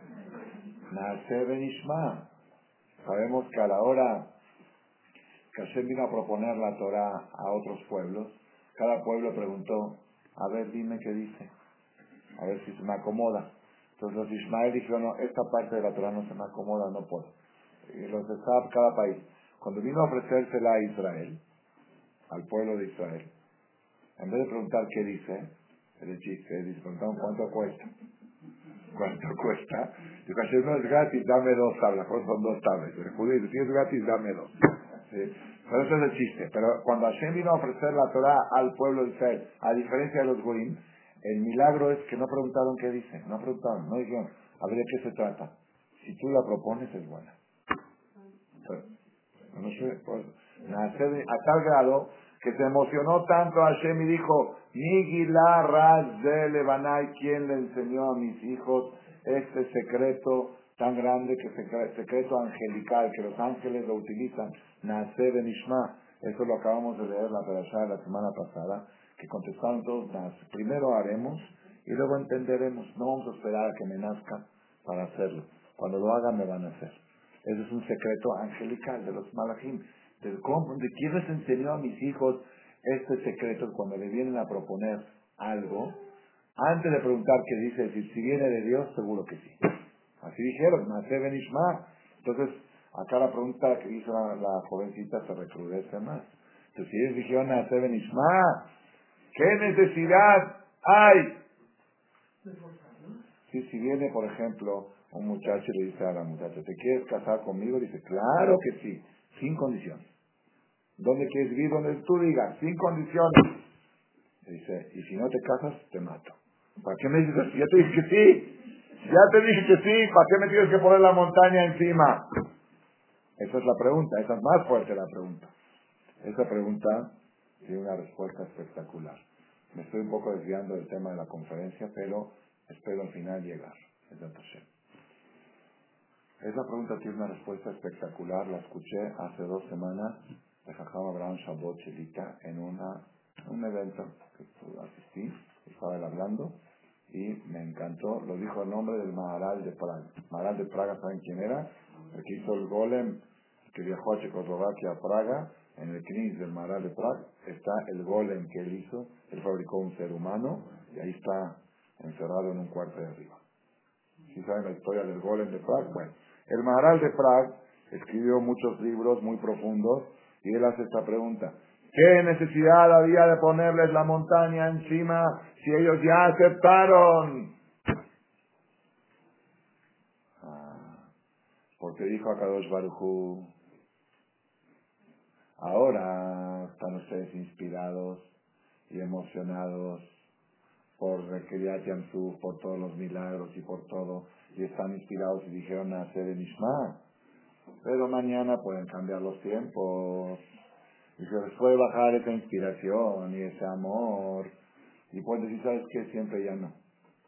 Naaseh Benishma. Sabemos que a la hora que Hashem vino a proponer la Torah a otros pueblos, cada pueblo preguntó, a ver, dime qué dice, a ver si se me acomoda. Entonces los Ismael dijeron, no, esta parte de la Torah no se me acomoda, no puedo. Y los de Sab, cada país, cuando vino a ofrecérsela a Israel, al pueblo de Israel, en vez de preguntar qué dice, el chiste, dice, preguntaron cuánto cuesta. ¿Cuánto cuesta? Dijo, Hashem, no es gratis, dame dos tablas, son dos tablas. El judío dice, si es gratis, dame dos. ¿Sí? Pero ese es el chiste. Pero cuando Hashem vino a ofrecer la Torah al pueblo de Israel, a diferencia de los goyim, el milagro es que no preguntaron qué dice, no preguntaron, no dijeron, a ver de qué se trata. Si tú la propones, es buena. Pero, no sé, pues, nacer a tal grado que se emocionó tanto Hashem y dijo, Migila Raz de Lebanai, ¿quién le enseñó a mis hijos este secreto tan grande, que secreto angelical, que los ángeles lo utilizan? Nacer en Ishma, Eso lo acabamos de leer la perashá de la semana pasada, que contestaron todos las. Primero haremos y luego entenderemos. No vamos a esperar a que me nazca para hacerlo. Cuando lo haga me van a hacer. Ese es un secreto angelical de los malajim. ¿De, cómo, ¿De quién les enseñó a mis hijos este secreto? Cuando le vienen a proponer algo, antes de preguntar qué dice, decir, si viene de Dios, seguro que sí. Así dijeron, Naaseh Benishma. Entonces, acá la pregunta que hizo la, la jovencita se recrudece más. Entonces, si ellos dijeron Naaseh Benishma, ¿qué necesidad hay? Si, si viene, por ejemplo, un muchacho y le dice a la muchacha, ¿te quieres casar conmigo? Dice, claro que sí, sin condiciones. ¿Dónde quieres vivir? Donde tú digas, sin condiciones. Dice, y si no te casas, te mato. ¿Para qué me dices eso? Ya te dije que sí. Ya te dije que sí. ¿Para qué me tienes que poner la montaña encima? Esa es la pregunta. Esa es más fuerte la pregunta. Esa pregunta tiene una respuesta espectacular. Me estoy un poco desviando del tema de la conferencia, pero espero al final llegar. Esa pregunta tiene una respuesta espectacular. La escuché hace dos semanas de Jajam Abraham Shabbat Shelita en una, un evento que asistí. Estaba él hablando y me encantó. Lo dijo el nombre del Maharal de Praga. Maharal de Praga, ¿saben quién era? El que hizo el golem, que viajó a Checoslovaquia, a Praga. En el Knis del Maharal de Praga está el golem que él hizo. Él fabricó un ser humano y ahí está encerrado en un cuarto de arriba. ¿Sí saben la historia del golem de Praga? Bueno, el Maharal de Praga escribió muchos libros muy profundos y él hace esta pregunta. ¿Qué necesidad había de ponerles la montaña encima si ellos ya aceptaron? Ah, porque dijo a Kadosh Baruj Hu, ahora están ustedes inspirados y emocionados por Kriyat Yamsuf, por todos los milagros y por todo, y están inspirados y dijeron a hacer el Ishma, pero mañana pueden cambiar los tiempos y se les puede bajar esa inspiración y ese amor y pueden decir, ¿sabes qué? Siempre ya no.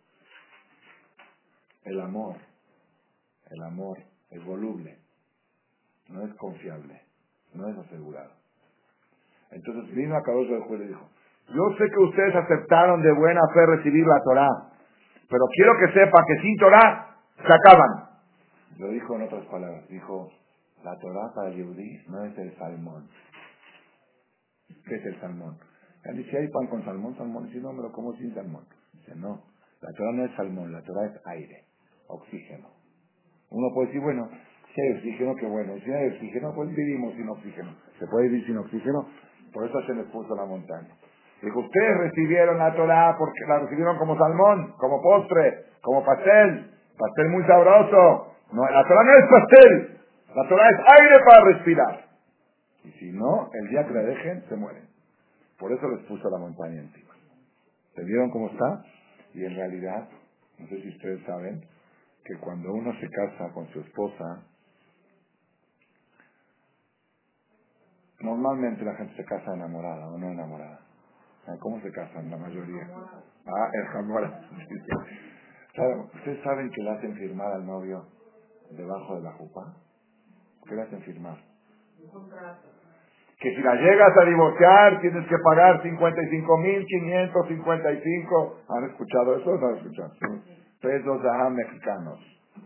El amor, el amor es voluble, no es confiable, no es asegurado. Entonces vino a Kadosh Baruj Hu y le dijo, yo sé que ustedes aceptaron de buena fe recibir la Torá, pero quiero que sepan que sin Torá se acaban. Lo dijo en otras palabras, dijo, la Torá para el Yehudí no es el salmón. ¿Qué es el salmón? Él dice, hay pan con salmón, salmón, y si no, me lo como sin salmón. Dice, no, la Torá no es salmón, la Torá es aire, oxígeno. Uno puede decir, bueno, si hay oxígeno, qué bueno, y si no hay oxígeno, pues vivimos sin oxígeno. ¿Se puede vivir sin oxígeno? Por eso se les puso la montaña. Dijo, ustedes recibieron la Torá porque la recibieron como salmón, como postre, como pastel, pastel muy sabroso. No, la Torá no es pastel, la Torá es aire para respirar. Y si no, el día que la dejen, se mueren. Por eso les puso la montaña encima. ¿Se vieron cómo está? Y en realidad, no sé si ustedes saben, que cuando uno se casa con su esposa, normalmente la gente se casa enamorada o no enamorada. ¿Cómo se casan la mayoría? Ah, enamorada. Claro, ¿ustedes saben que le hacen firmar al novio debajo de la jupa? ¿Qué le hacen firmar? Que si la llegas a divorciar tienes que pagar cincuenta y cinco mil quinientos cincuenta y cinco. ¿Han escuchado eso o no han escuchado? Pesos ajá, mexicanos.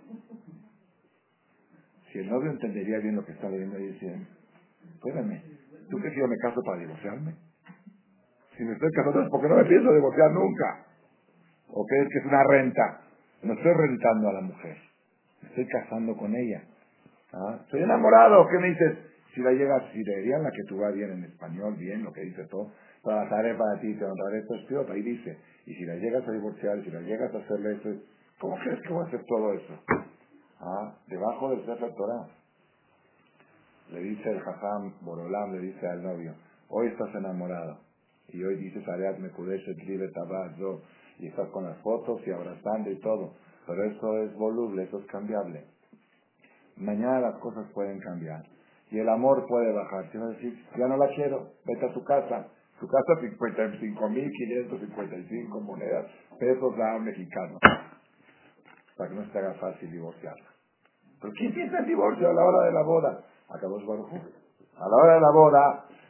Si el novio entendería bien lo que está leyendo y dice, espérame, ¿tú crees que yo me caso para divorciarme? Si me estoy casando es porque no me pienso divorciar nunca. ¿O crees que es una renta? No estoy rentando a la mujer. Me estoy casando con ella. ¿Ah? Estoy enamorado. ¿Qué me dices? Si la llegas, si le dirían la que tú vas bien en español, bien, lo que dice todo, trabajaré para ti, te honraré, esto es piota. Y dice, y si la llegas a divorciar, si la llegas a hacerle eso, ¿cómo crees que voy a hacer todo eso? ¿Ah? Debajo del Sefer Torah. Le dice el Jajam Borolam, le dice al novio, hoy estás enamorado. Y hoy dices, Areat Mekudeshet Libe Tabaz, yo, y estás con las fotos y abrazando y todo. Pero eso es voluble, eso es cambiable. Mañana las cosas pueden cambiar. Y el amor puede bajar. Si vas a decir, ya no la quiero, vete a tu casa. Tu casa, cincuenta y cinco mil quinientos cincuenta y cinco monedas, pesos da mexicanos. Para que no se te haga fácil divorciarla. ¿Pero quién piensa en divorcio a la hora de la boda? A Kadosh Baruj Hu. A la hora de la boda,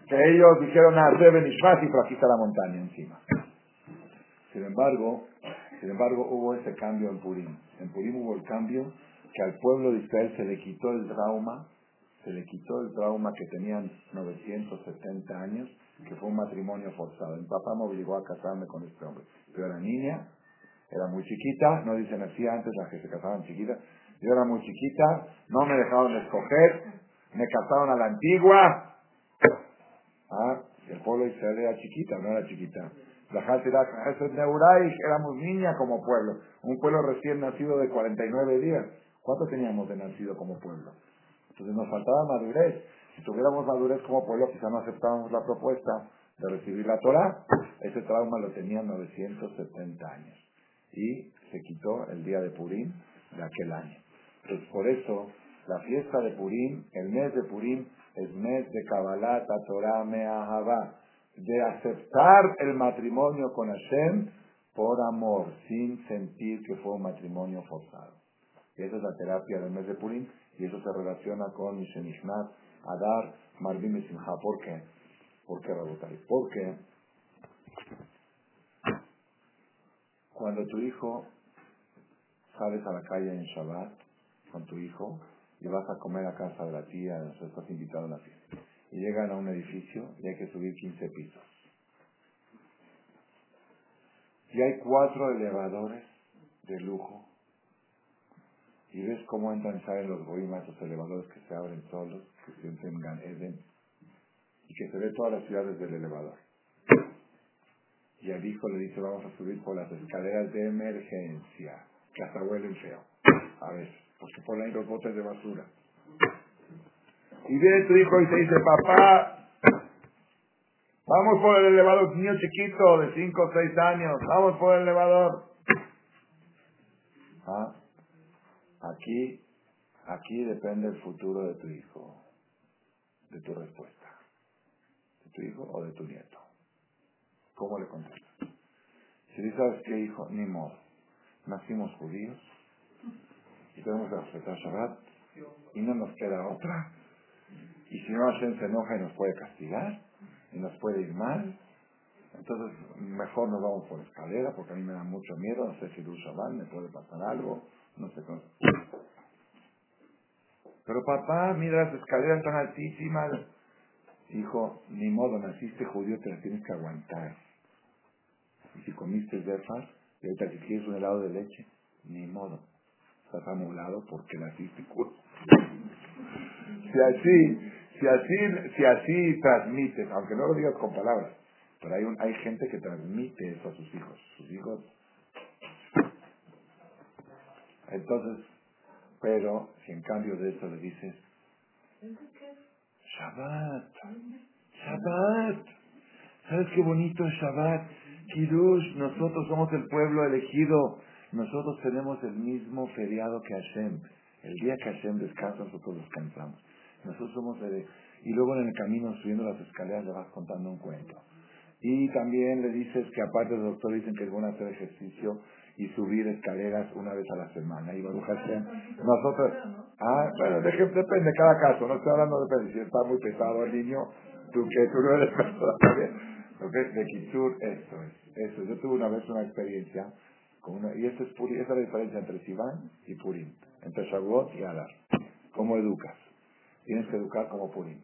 que ellos dijeron, ah, Reben y Shvashi, pero aquí está la montaña encima. Sin embargo, sin embargo, hubo ese cambio en Purim. En Purim hubo el cambio que al pueblo de Israel se le quitó el trauma, se le quitó el trauma que tenían novecientos setenta años, que fue un matrimonio forzado. Mi papá me obligó a casarme con este hombre. Yo era niña, era muy chiquita, no dicen así antes las que se casaban chiquitas. Yo era muy chiquita, no me dejaron escoger, me casaron a la antigua. Ah, el pueblo de Israel era chiquita, no era chiquita. La gente era, éramos niñas como pueblo. Un pueblo recién nacido de cuarenta y nueve días. ¿Cuánto teníamos de nacido como pueblo? Entonces nos faltaba madurez. Si tuviéramos madurez como pueblo, quizá no aceptábamos la propuesta de recibir la Torah. Ese trauma lo tenían novecientos setenta años. Y se quitó el día de Purim de aquel año. Entonces por eso, la fiesta de Purim, el mes de Purim, es mes de Kabbalat Torah Me'ahavá, de aceptar el matrimonio con Hashem por amor, sin sentir que fue un matrimonio forzado. Y esa es la terapia del mes de Purim, y eso se relaciona con Mishenishmat, Adar, Marvim y Simcha. ¿Por qué? ¿Por qué, Rabotai? Porque cuando tu hijo sales a la calle en Shabbat con tu hijo y vas a comer a casa de la tía, o sea, estás invitado a la fiesta, y llegan a un edificio y hay que subir quince pisos. Y hay cuatro elevadores de lujo, y ves cómo entran y salen los goimas, los elevadores que se abren solos, que se entran en Gan Eden, y que se ve todas las ciudades del elevador. Y al hijo le dice, vamos a subir por las escaleras de emergencia, que hasta huelen feo, a veces, porque ponen ahí los botes de basura. Y viene tu hijo y te dice, papá, vamos por el elevador, niño chiquito de cinco o seis años, vamos por el elevador. ¿Ah? Aquí, aquí depende el futuro de tu hijo, de tu respuesta, de tu hijo o de tu nieto. ¿Cómo le contestas? Si dices, ¿sabes qué, hijo? Ni modo. Nacimos judíos y tenemos que respetar Shabbat y no nos queda otra. Y si no, Hashem se enoja y nos puede castigar y nos puede ir mal. Entonces, mejor nos vamos por escalera porque a mí me da mucho miedo. No sé si du Shabbat me puede pasar algo. No sé cómo. Pero papá, mira las escaleras tan altísimas. Hijo, ni modo, naciste judío, te las tienes que aguantar. Y si comiste zefar, y ahorita si quieres un helado de leche, ni modo. Estás anulado porque naciste judío. Si así, si así, si así transmites, aunque no lo digas con palabras, pero hay un, hay gente que transmite eso a sus hijos. Sus hijos. Entonces, pero si en cambio de eso le dices, Shabbat, Shabbat, ¿sabes qué bonito es Shabbat? Kiddush, nosotros somos el pueblo elegido, nosotros tenemos el mismo feriado que Hashem. El día que Hashem descansa, nosotros descansamos. Nosotros somos el... Y luego en el camino, subiendo las escaleras, le vas contando un cuento. Y también le dices que aparte los doctores dicen que es bueno hacer ejercicio y subir escaleras una vez a la semana. Y Baruch Hashem, nosotros... Ah, bueno, de, depende de cada caso, no estoy hablando de si está muy pesado el niño, tú que tú no eres persona también. Lo que es de Kitsur, eso es, eso. Yo tuve una vez una experiencia con una, y esto es Purim, esa es la diferencia entre Sivan y Purim, entre Shavuot y Adar. ¿Cómo educas? Tienes que educar como Purim.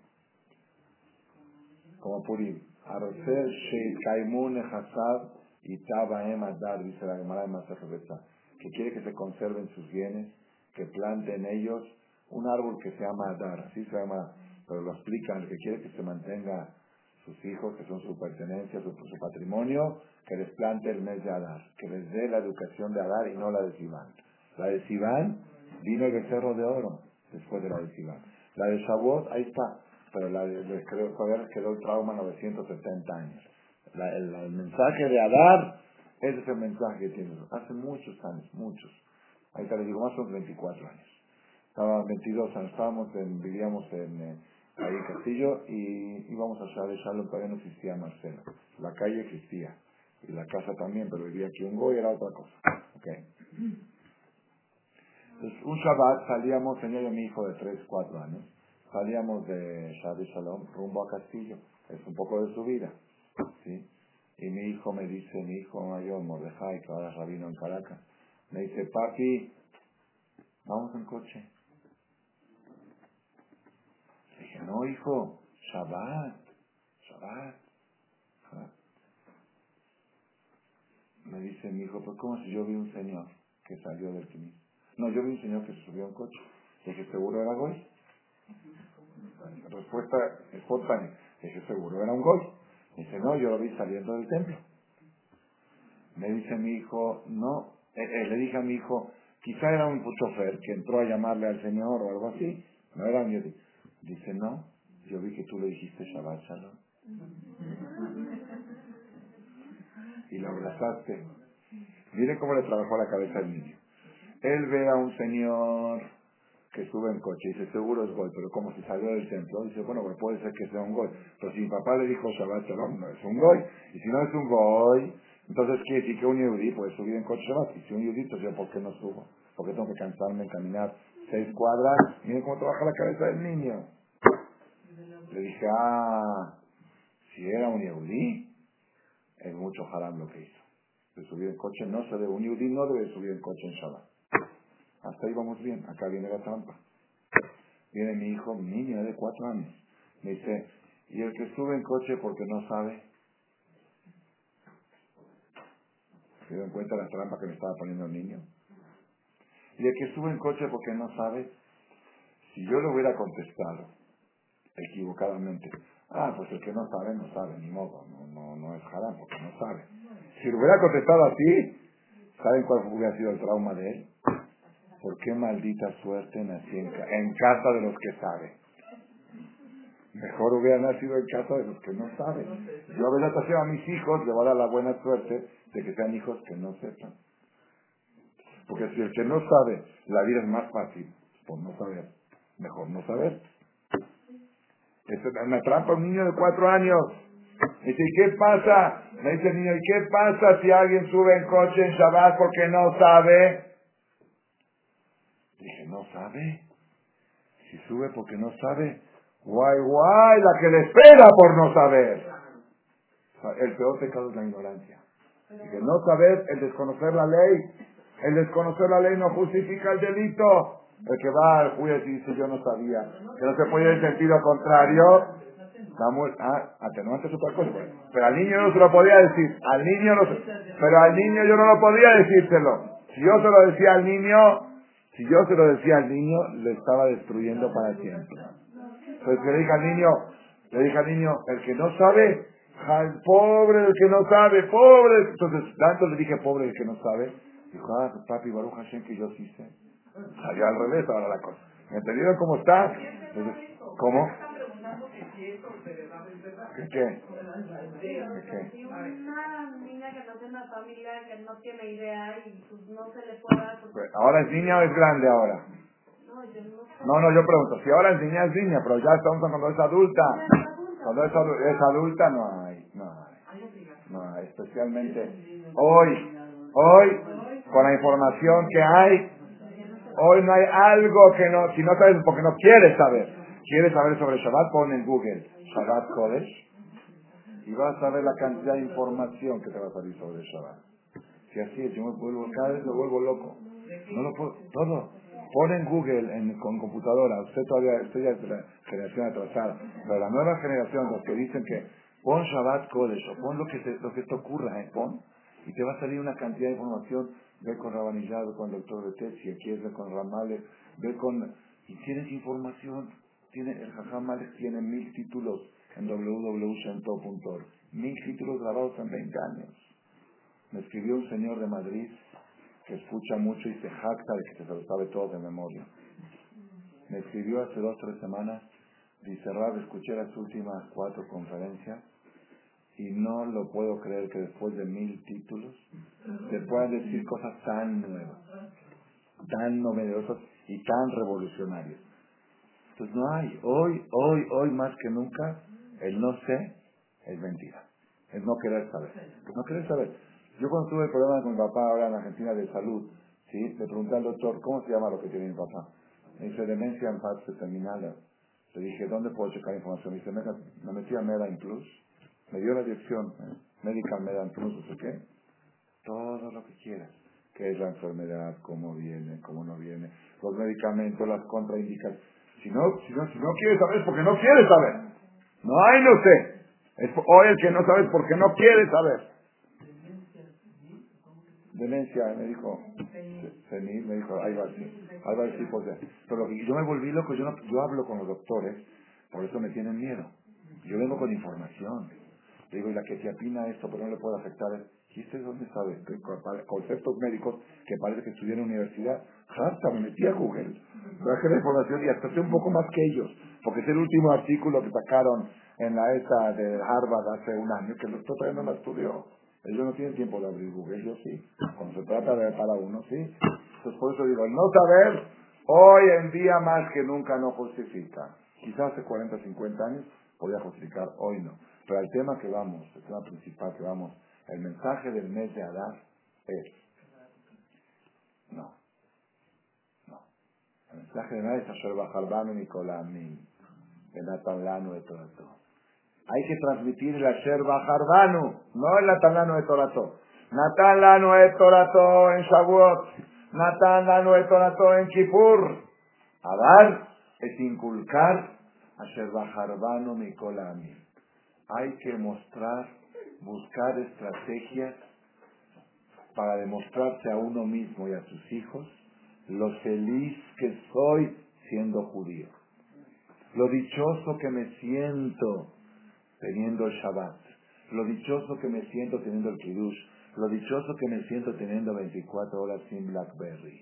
Como Purim. Arosel Sheit Kaimun Hasad y Tabaem Adar, dice la Gemara de Masech Betzah, que quiere que se conserven sus bienes, que planten ellos un árbol que se llama Adar, así se llama, pero lo explican, que quiere que se mantenga sus hijos, que son su pertenencia, su, su patrimonio, que les plante el mes de Adar, que les dé la educación de Adar y no la de Sivan. La de Sivan vino el becerro de oro después de la de Sivan. La de Shavuot, ahí está, pero la de, de creo, todavía les quedó el trauma novecientos setenta años. La, el, el mensaje de Adar, ese es el mensaje que tiene. Hace muchos años, muchos. Ahí te les digo, más o menos veinticuatro años. Estaba veintidós años, estábamos en, vivíamos en, eh, ahí en Castillo y íbamos a Shale Shalom, todavía no existía Marcelo. La calle existía y la casa también, pero vivía aquí un goy, era otra cosa. Okay. Entonces, un Shabbat salíamos, tenía yo mi hijo de tres cuatro años, salíamos de Shale Shalom rumbo a Castillo es un poco de su vida, ¿sí? Y mi hijo me dice, mi hijo mayor, Mordejai, que ahora es rabino en Caracas, me dice, papi, vamos en coche. Le dije, no, hijo, Shabbat, Shabbat. Shabbat. Me dice mi hijo, pues ¿cómo si yo vi un señor que salió del Timis? No, yo vi un señor que se subió a un coche. Le dije, ¿seguro era Goy? La respuesta espontánea. Le dije, ¿seguro era un Goy? Me dice, no, yo lo vi saliendo del templo. Me dice mi hijo, no, eh, eh, le dije a mi hijo, quizá era un chofer que entró a llamarle al señor o algo así. No era un yodí. Dice, no, yo vi que tú le dijiste Shabbat Shalom. Y lo abrazaste. Mire cómo le trabajó la cabeza al niño. Él ve a un señor que sube en coche y dice, seguro es Goy, pero como si salió del templo, dice, bueno, pues puede ser que sea un Goy. Pero si mi papá le dijo Shabbat Shalom, no es un Goy. Y si no es un Goy, entonces quiere decir que un yudí puede subir en coche Shabbat. Y si un yudí, entonces yo, ¿por qué no subo? ¿Por qué tengo que cansarme en caminar seis cuadras? Miren cómo trabaja la cabeza del niño. Le dije, ah, si era un yudí, es mucho haram lo que hizo. De subir en coche no se debe, un yudí no debe subir en coche en Shabbat. Hasta ahí vamos bien, acá viene la trampa. Viene mi hijo, mi niño de cuatro años. Me dice, ¿y el que sube en coche porque no sabe? ¿Se dio cuenta la trampa que me estaba poniendo el niño? ¿Y el que sube en coche porque no sabe? Si yo le hubiera contestado equivocadamente, ah, pues el que no sabe, no sabe, ni modo, no, no, no es haram porque no sabe. Si lo hubiera contestado así, ¿saben cuál hubiera sido el trauma de él? ¿Por qué maldita suerte nací en, ca en casa de los que saben? Mejor hubiera nacido en casa de los que no saben. Yo a veces a mis hijos le voy a dar la buena suerte de que sean hijos que no sepan. Porque si el que no sabe, la vida es más fácil por no saber. Mejor no saber. Esa es una trampa un niño de cuatro años. Dice, ¿y qué pasa? Me dice el niño, ¿y qué pasa si alguien sube en coche en Shabbat porque no sabe? Dije, ¿no sabe? Si sube porque no sabe, guay, guay, la que le espera por no saber. O sea, el peor pecado es la ignorancia. Dije, no saber, el desconocer la ley. El desconocer la ley no justifica el delito. El que va al juez y dice, yo no sabía, que no se puede ir en sentido contrario, vamos a atenuante es otra cosa. Pero al niño no se lo podía decir. Al niño no se, pero al niño yo no lo podía decírselo. Si yo se lo decía al niño, si yo se lo decía al niño, le estaba destruyendo para siempre. Entonces le dije al niño, le dije al niño, el que no sabe, al pobre el que no sabe, pobre. Entonces, tanto le dije pobre el que no sabe, dijo, ah, papi, Baruch Hashem que yo sí sé. Salió al revés ahora la cosa. ¿Me entendieron cómo está? Entonces, ¿cómo? ¿Qué qué? ¿Qué qué? Si una niña que no tiene una familia, que no tiene idea y pues no se le puede dar porque... ¿Ahora es niña o es grande ahora? No, yo no sé. No, no, yo pregunto, si ahora es niña es niña, pero ya estamos cuando es adulta. Cuando es, adu es adulta no hay, no hay. No hay, especialmente hoy, hoy, con la información que hay, hoy no hay algo que no, si no sabes porque no quieres saber. ¿Quieres saber sobre Shabbat? Pon en Google Shabbat Kodesh y vas a ver la cantidad de información que te va a salir sobre Shabbat. Si así es, yo me vuelvo, cada vez me vuelvo loco. No lo puedo, todo. Pon en Google, en, con computadora, usted todavía, usted ya es de la generación atrasada, pero la nueva generación, los que dicen que pon Shabbat Kodesh, o pon lo que, te, lo que te ocurra, ¿eh? Pon, y te va a salir una cantidad de información, ve con Rabanillah, ve con el doctor de Tet, si quieres ve con Ramale, ve con, y tienes información, tiene, el Jajam Malek tiene mil títulos en w w w punto shemtov punto org, mil títulos grabados en veinte años. Me escribió un señor de Madrid que escucha mucho y se jacta de que se lo sabe todo de memoria. Me escribió hace dos o tres semanas, dice, Rab, escuché las últimas cuatro conferencias y no lo puedo creer que después de mil títulos se puedan decir cosas tan nuevas, tan novedosas y tan revolucionarias. Entonces no hay, hoy, hoy, hoy más que nunca, el no sé es mentira. Es no querer saber. No querer saber. Yo cuando tuve el problema con mi papá ahora en Argentina de salud, ¿sí? Le pregunté al doctor, ¿cómo se llama lo que tiene mi papá? Me dice, demencia en fase terminal. Le dije, ¿dónde puedo checar información? Me dice, me, me metí a Medline Plus, me dio la dirección, ¿eh? Medical Medline Plus, no sé qué, todo lo que quieras. ¿Qué es la enfermedad? ¿Cómo viene? ¿Cómo no viene? Los medicamentos, las contraindicaciones. Si no, si no, si no quieres saber es porque no quieres saber. No hay no sé. Es hoy el que no sabe es porque no quiere saber. Demencia, me dijo, senil, me dijo, hay varios, hay varios tipos de... Pero yo me volví loco, yo, no, yo hablo con los doctores, por eso me tienen miedo. Yo vengo con información. Le digo, y la que te apina esto, pero no le puede afectar. ¿Y usted dónde sabe? Conceptos médicos que parece que estudié en la universidad. Hasta me metí a Google, traje la información y hasta sé un poco más que ellos, porque es el último artículo que sacaron en la esa de Harvard hace un año, que el doctor todavía no la estudió. Ellos no tienen tiempo de abrir Google, yo sí. Cuando se trata de para uno, sí. Entonces por eso digo, el no saber, hoy en día más que nunca no justifica. Quizás hace cuarenta, cincuenta años podía justificar, hoy no. Pero el tema que vamos, el tema principal que vamos, el mensaje del mes de Adar es, no, no. El mensaje de Adar es Asher Bajarbanu Nicolami, Benatan Lanu de Torato. Hay que transmitir el Asher Bajarbanu, no el Natan Lanu de Torato. Natan Lanu de Torato en Shavuot, Natan Lanu de Torato en Kippur. Adar es inculcar Asher Bajarbanu Nicolami. Hay que mostrar, buscar estrategias para demostrarse a uno mismo y a sus hijos lo feliz que soy siendo judío, lo dichoso que me siento teniendo el Shabbat, lo dichoso que me siento teniendo el Kiddush, lo dichoso que me siento teniendo veinticuatro horas sin BlackBerry,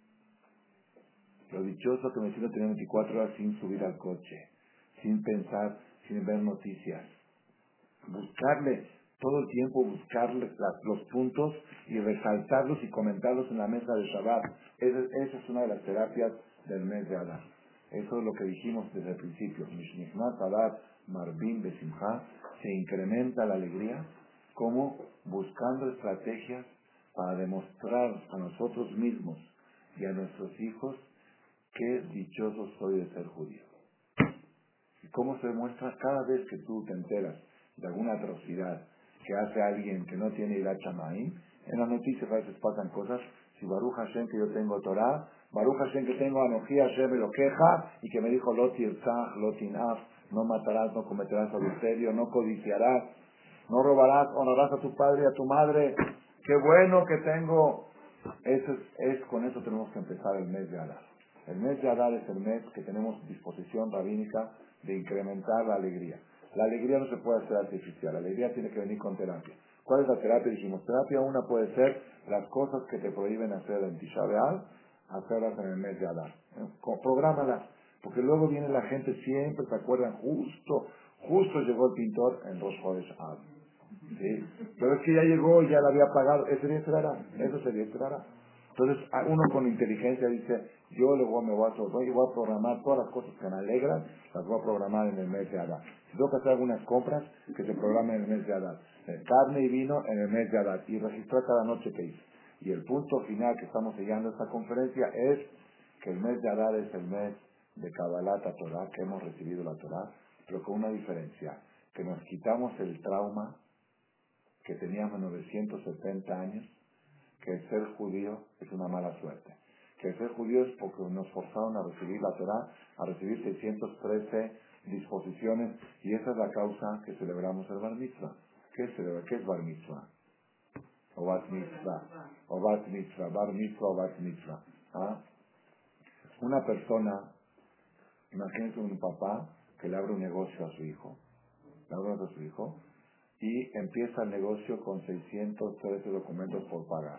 lo dichoso que me siento teniendo veinticuatro horas sin subir al coche, sin pensar, sin ver noticias. Buscarle, todo el tiempo buscarle las- los puntos y resaltarlos y comentarlos en la mesa de Shabbat. Esa, esa es una de las terapias del mes de Adar. Eso es lo que dijimos desde el principio. Mishnichnat Adar Marbim Besimha, se incrementa la alegría como buscando estrategias para demostrar a nosotros mismos y a nuestros hijos qué dichoso soy de ser judío. ¿Y cómo se demuestra? Cada vez que tú te enteras de alguna atrocidad que hace alguien que no tiene Irat Shamayim, en las noticias a veces pasan cosas, si Baruch Hashem que yo tengo Torah, Baruch Hashem que tengo Anoji Hashem me lo queja, y que me dijo Lo tirzach, Lo tinaf, no matarás, no cometerás adulterio, no codiciarás, no robarás, honrarás a tu padre y a tu madre, qué bueno que tengo. Eso es, es, con eso tenemos que empezar el mes de Adar. El mes de Adar es el mes que tenemos disposición rabínica de incrementar la alegría. La alegría no se puede hacer artificial, la alegría tiene que venir con terapia. ¿Cuál es la terapia? Dijimos, terapia una puede ser las cosas que te prohíben hacer en Tisha B'Av, hacerlas en el mes de Adar. ¿Eh? Co- Prográmalas, porque luego viene la gente, siempre se acuerdan, justo, justo llegó el pintor en Rosh Chodesh Av. ¿Sí? Pero es que ya llegó y ya la había pagado, ese día se dará, eso sería se dará. Entonces a- uno con inteligencia dice, yo le voy, me voy a, voy, voy a programar todas las cosas que me alegran, las voy a programar en el mes de Adar. Si tengo que hacer algunas compras, que se programen en el mes de Adar. Eh, carne y vino en el mes de Adar. Y registrar cada noche que hice. Y el punto final que estamos sellando esta conferencia es que el mes de Adar es el mes de Kabbalat Torah, que hemos recibido la Torah, pero con una diferencia, que nos quitamos el trauma que teníamos novecientos setenta años, que el ser judío es una mala suerte. Que el ser judío es porque nos forzaron a recibir la Torah, a recibir seiscientas trece disposiciones, y esa es la causa que celebramos el Bar Mitzvah. ¿Qué es, celebra? ¿Qué es Bar Mitzvah? O Bat Mitzvah. O Bat Mitzvah. Bar Mitzvah o Bat Mitzvah. ¿Ah? Una persona, imagínense un papá que le abre un negocio a su hijo, le abre un negocio a su hijo, y empieza el negocio con seiscientos trece documentos por pagar.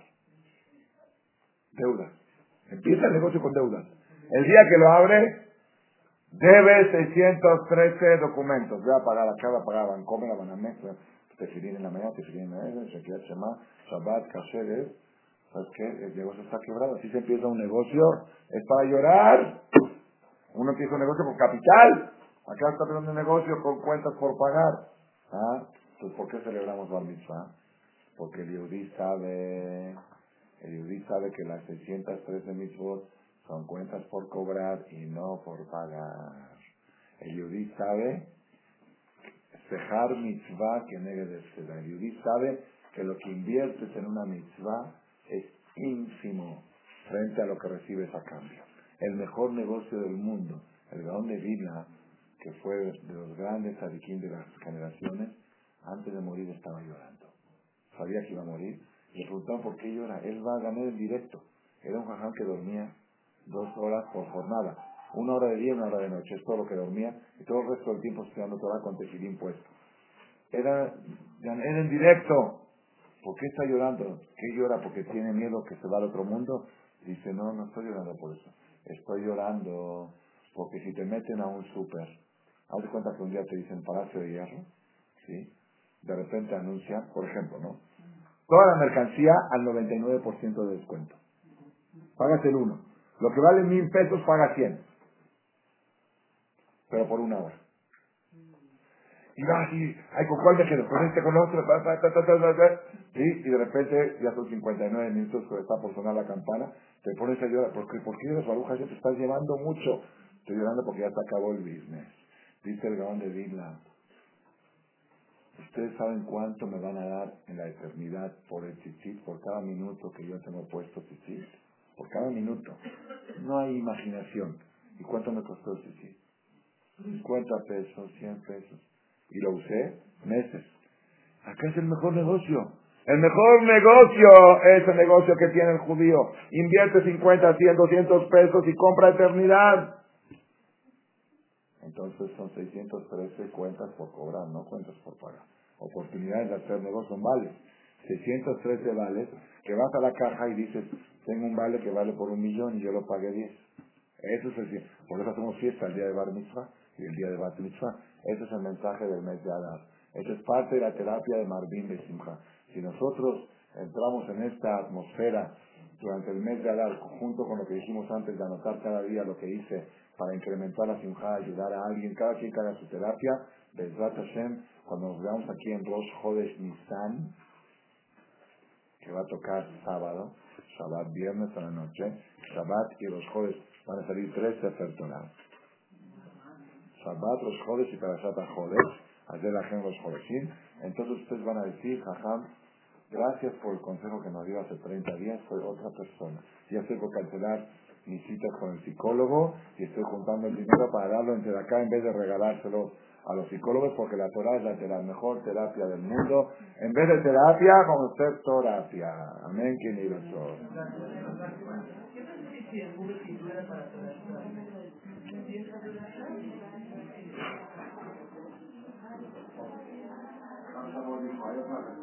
Deudas. Empieza el negocio con deudas. El día que lo abre, debe seiscientos trece documentos. Voy a pagar acá, voy a pagar Bancomer, Banamex, Tefilín en la mañana, Tefilín en la mañana, Shekiat Shema, Shabbat, Kasher. ¿Sabes qué? El negocio está quebrado. Así se empieza un negocio. Es para llorar. Uno empieza un negocio con capital. Acá está empezando un negocio con cuentas por pagar. ¿Ah? Entonces, ¿por qué celebramos Bar Mitzvah? Porque el Yehudí sabe, el Yehudí sabe que las seiscientas trece mitzvot son cuentas por cobrar y no por pagar. El yudí sabe cejar mitzvah que negue de seda. El yudí sabe que lo que inviertes en una mitzvah es ínfimo frente a lo que recibes a cambio. El mejor negocio del mundo, el Gaón de Vilna, que fue de los grandes tzadikim de las generaciones, antes de morir estaba llorando. Sabía que iba a morir. Le preguntaban por qué llora. Él va a ganar en directo. Era un jajam que dormía dos horas por jornada. Una hora de día y una hora de noche. Es todo lo que dormía. Y todo el resto del tiempo estudiando Torah con tefilín puesto. Era, era en directo. ¿Por qué está llorando? ¿Qué llora? ¿Porque tiene miedo que se va al otro mundo? Dice, no, no estoy llorando por eso. Estoy llorando porque si te meten a un súper, haz de cuenta que un día te dicen Palacio de Hierro, ¿sí? De repente anuncian, por ejemplo, ¿no? Toda la mercancía al noventa y nueve por ciento de descuento. Pagas el uno. Lo que vale mil pesos paga cien. Pero por una hora. Y vas y, ay, ¿con cuál me quedo? Con este, con otro, ta, ta, ta, ta, ta, ta. ¿Sí? Y de repente ya son cincuenta y nueve minutos que está por sonar la campana, te pones a llorar. ¿Por qué? ¿Por qué eres baruja? Ya te estás llevando mucho. Estoy llorando porque ya se acabó el business. Dice el Gaón de Vilna, ustedes saben cuánto me van a dar en la eternidad por el tzitzit, por cada minuto que yo tengo puesto tzitzit. Por cada minuto. No hay imaginación. ¿Y cuánto me costó el tzitzit? cincuenta pesos, cien pesos. Y lo usé meses. Acá es el mejor negocio. El mejor negocio es el negocio que tiene el judío. Invierte cincuenta, cien, doscientos pesos y compra eternidad. Entonces son seiscientos trece cuentas por cobrar, no cuentas por pagar. Oportunidades de hacer negocio son vales. seiscientos trece vales que vas a la caja y dices, tengo un vale que vale por un millón y yo lo pagué diez. Eso es el, por eso hacemos fiesta el día de Bar Mitzvah y el día de Bat Mitzvah. Ese es el mensaje del mes de Adar. Eso es parte de la terapia de Marvin de Simcha. Si nosotros entramos en esta atmósfera durante el mes de Adar, junto con lo que dijimos antes de anotar cada día lo que hice para incrementar la Simcha, ayudar a alguien, cada quien que haga su terapia, Bezrat Hashem, cuando nos veamos aquí en Rosh Chodesh Nisan, que va a tocar sábado, Shabbat, viernes a la noche, Shabbat y Rosh Chodesh, van a salir tres Sefer Torah. Shabbat, Rosh Chodesh y Parashat HaChodesh, Ayer Lahem Rosh Chodeshim. Entonces ustedes van a decir, Jajam, gracias por el consejo que nos dio hace treinta días, soy otra persona. Ya estoy por cancelar mis citas con el psicólogo y estoy juntando el dinero para darlo entre acá en vez de regalárselo a los psicólogos, porque la Torah es la, la mejor terapia del mundo. En vez de terapia, vamos a hacer terapia. Amén, que ni lo soy. Vamos a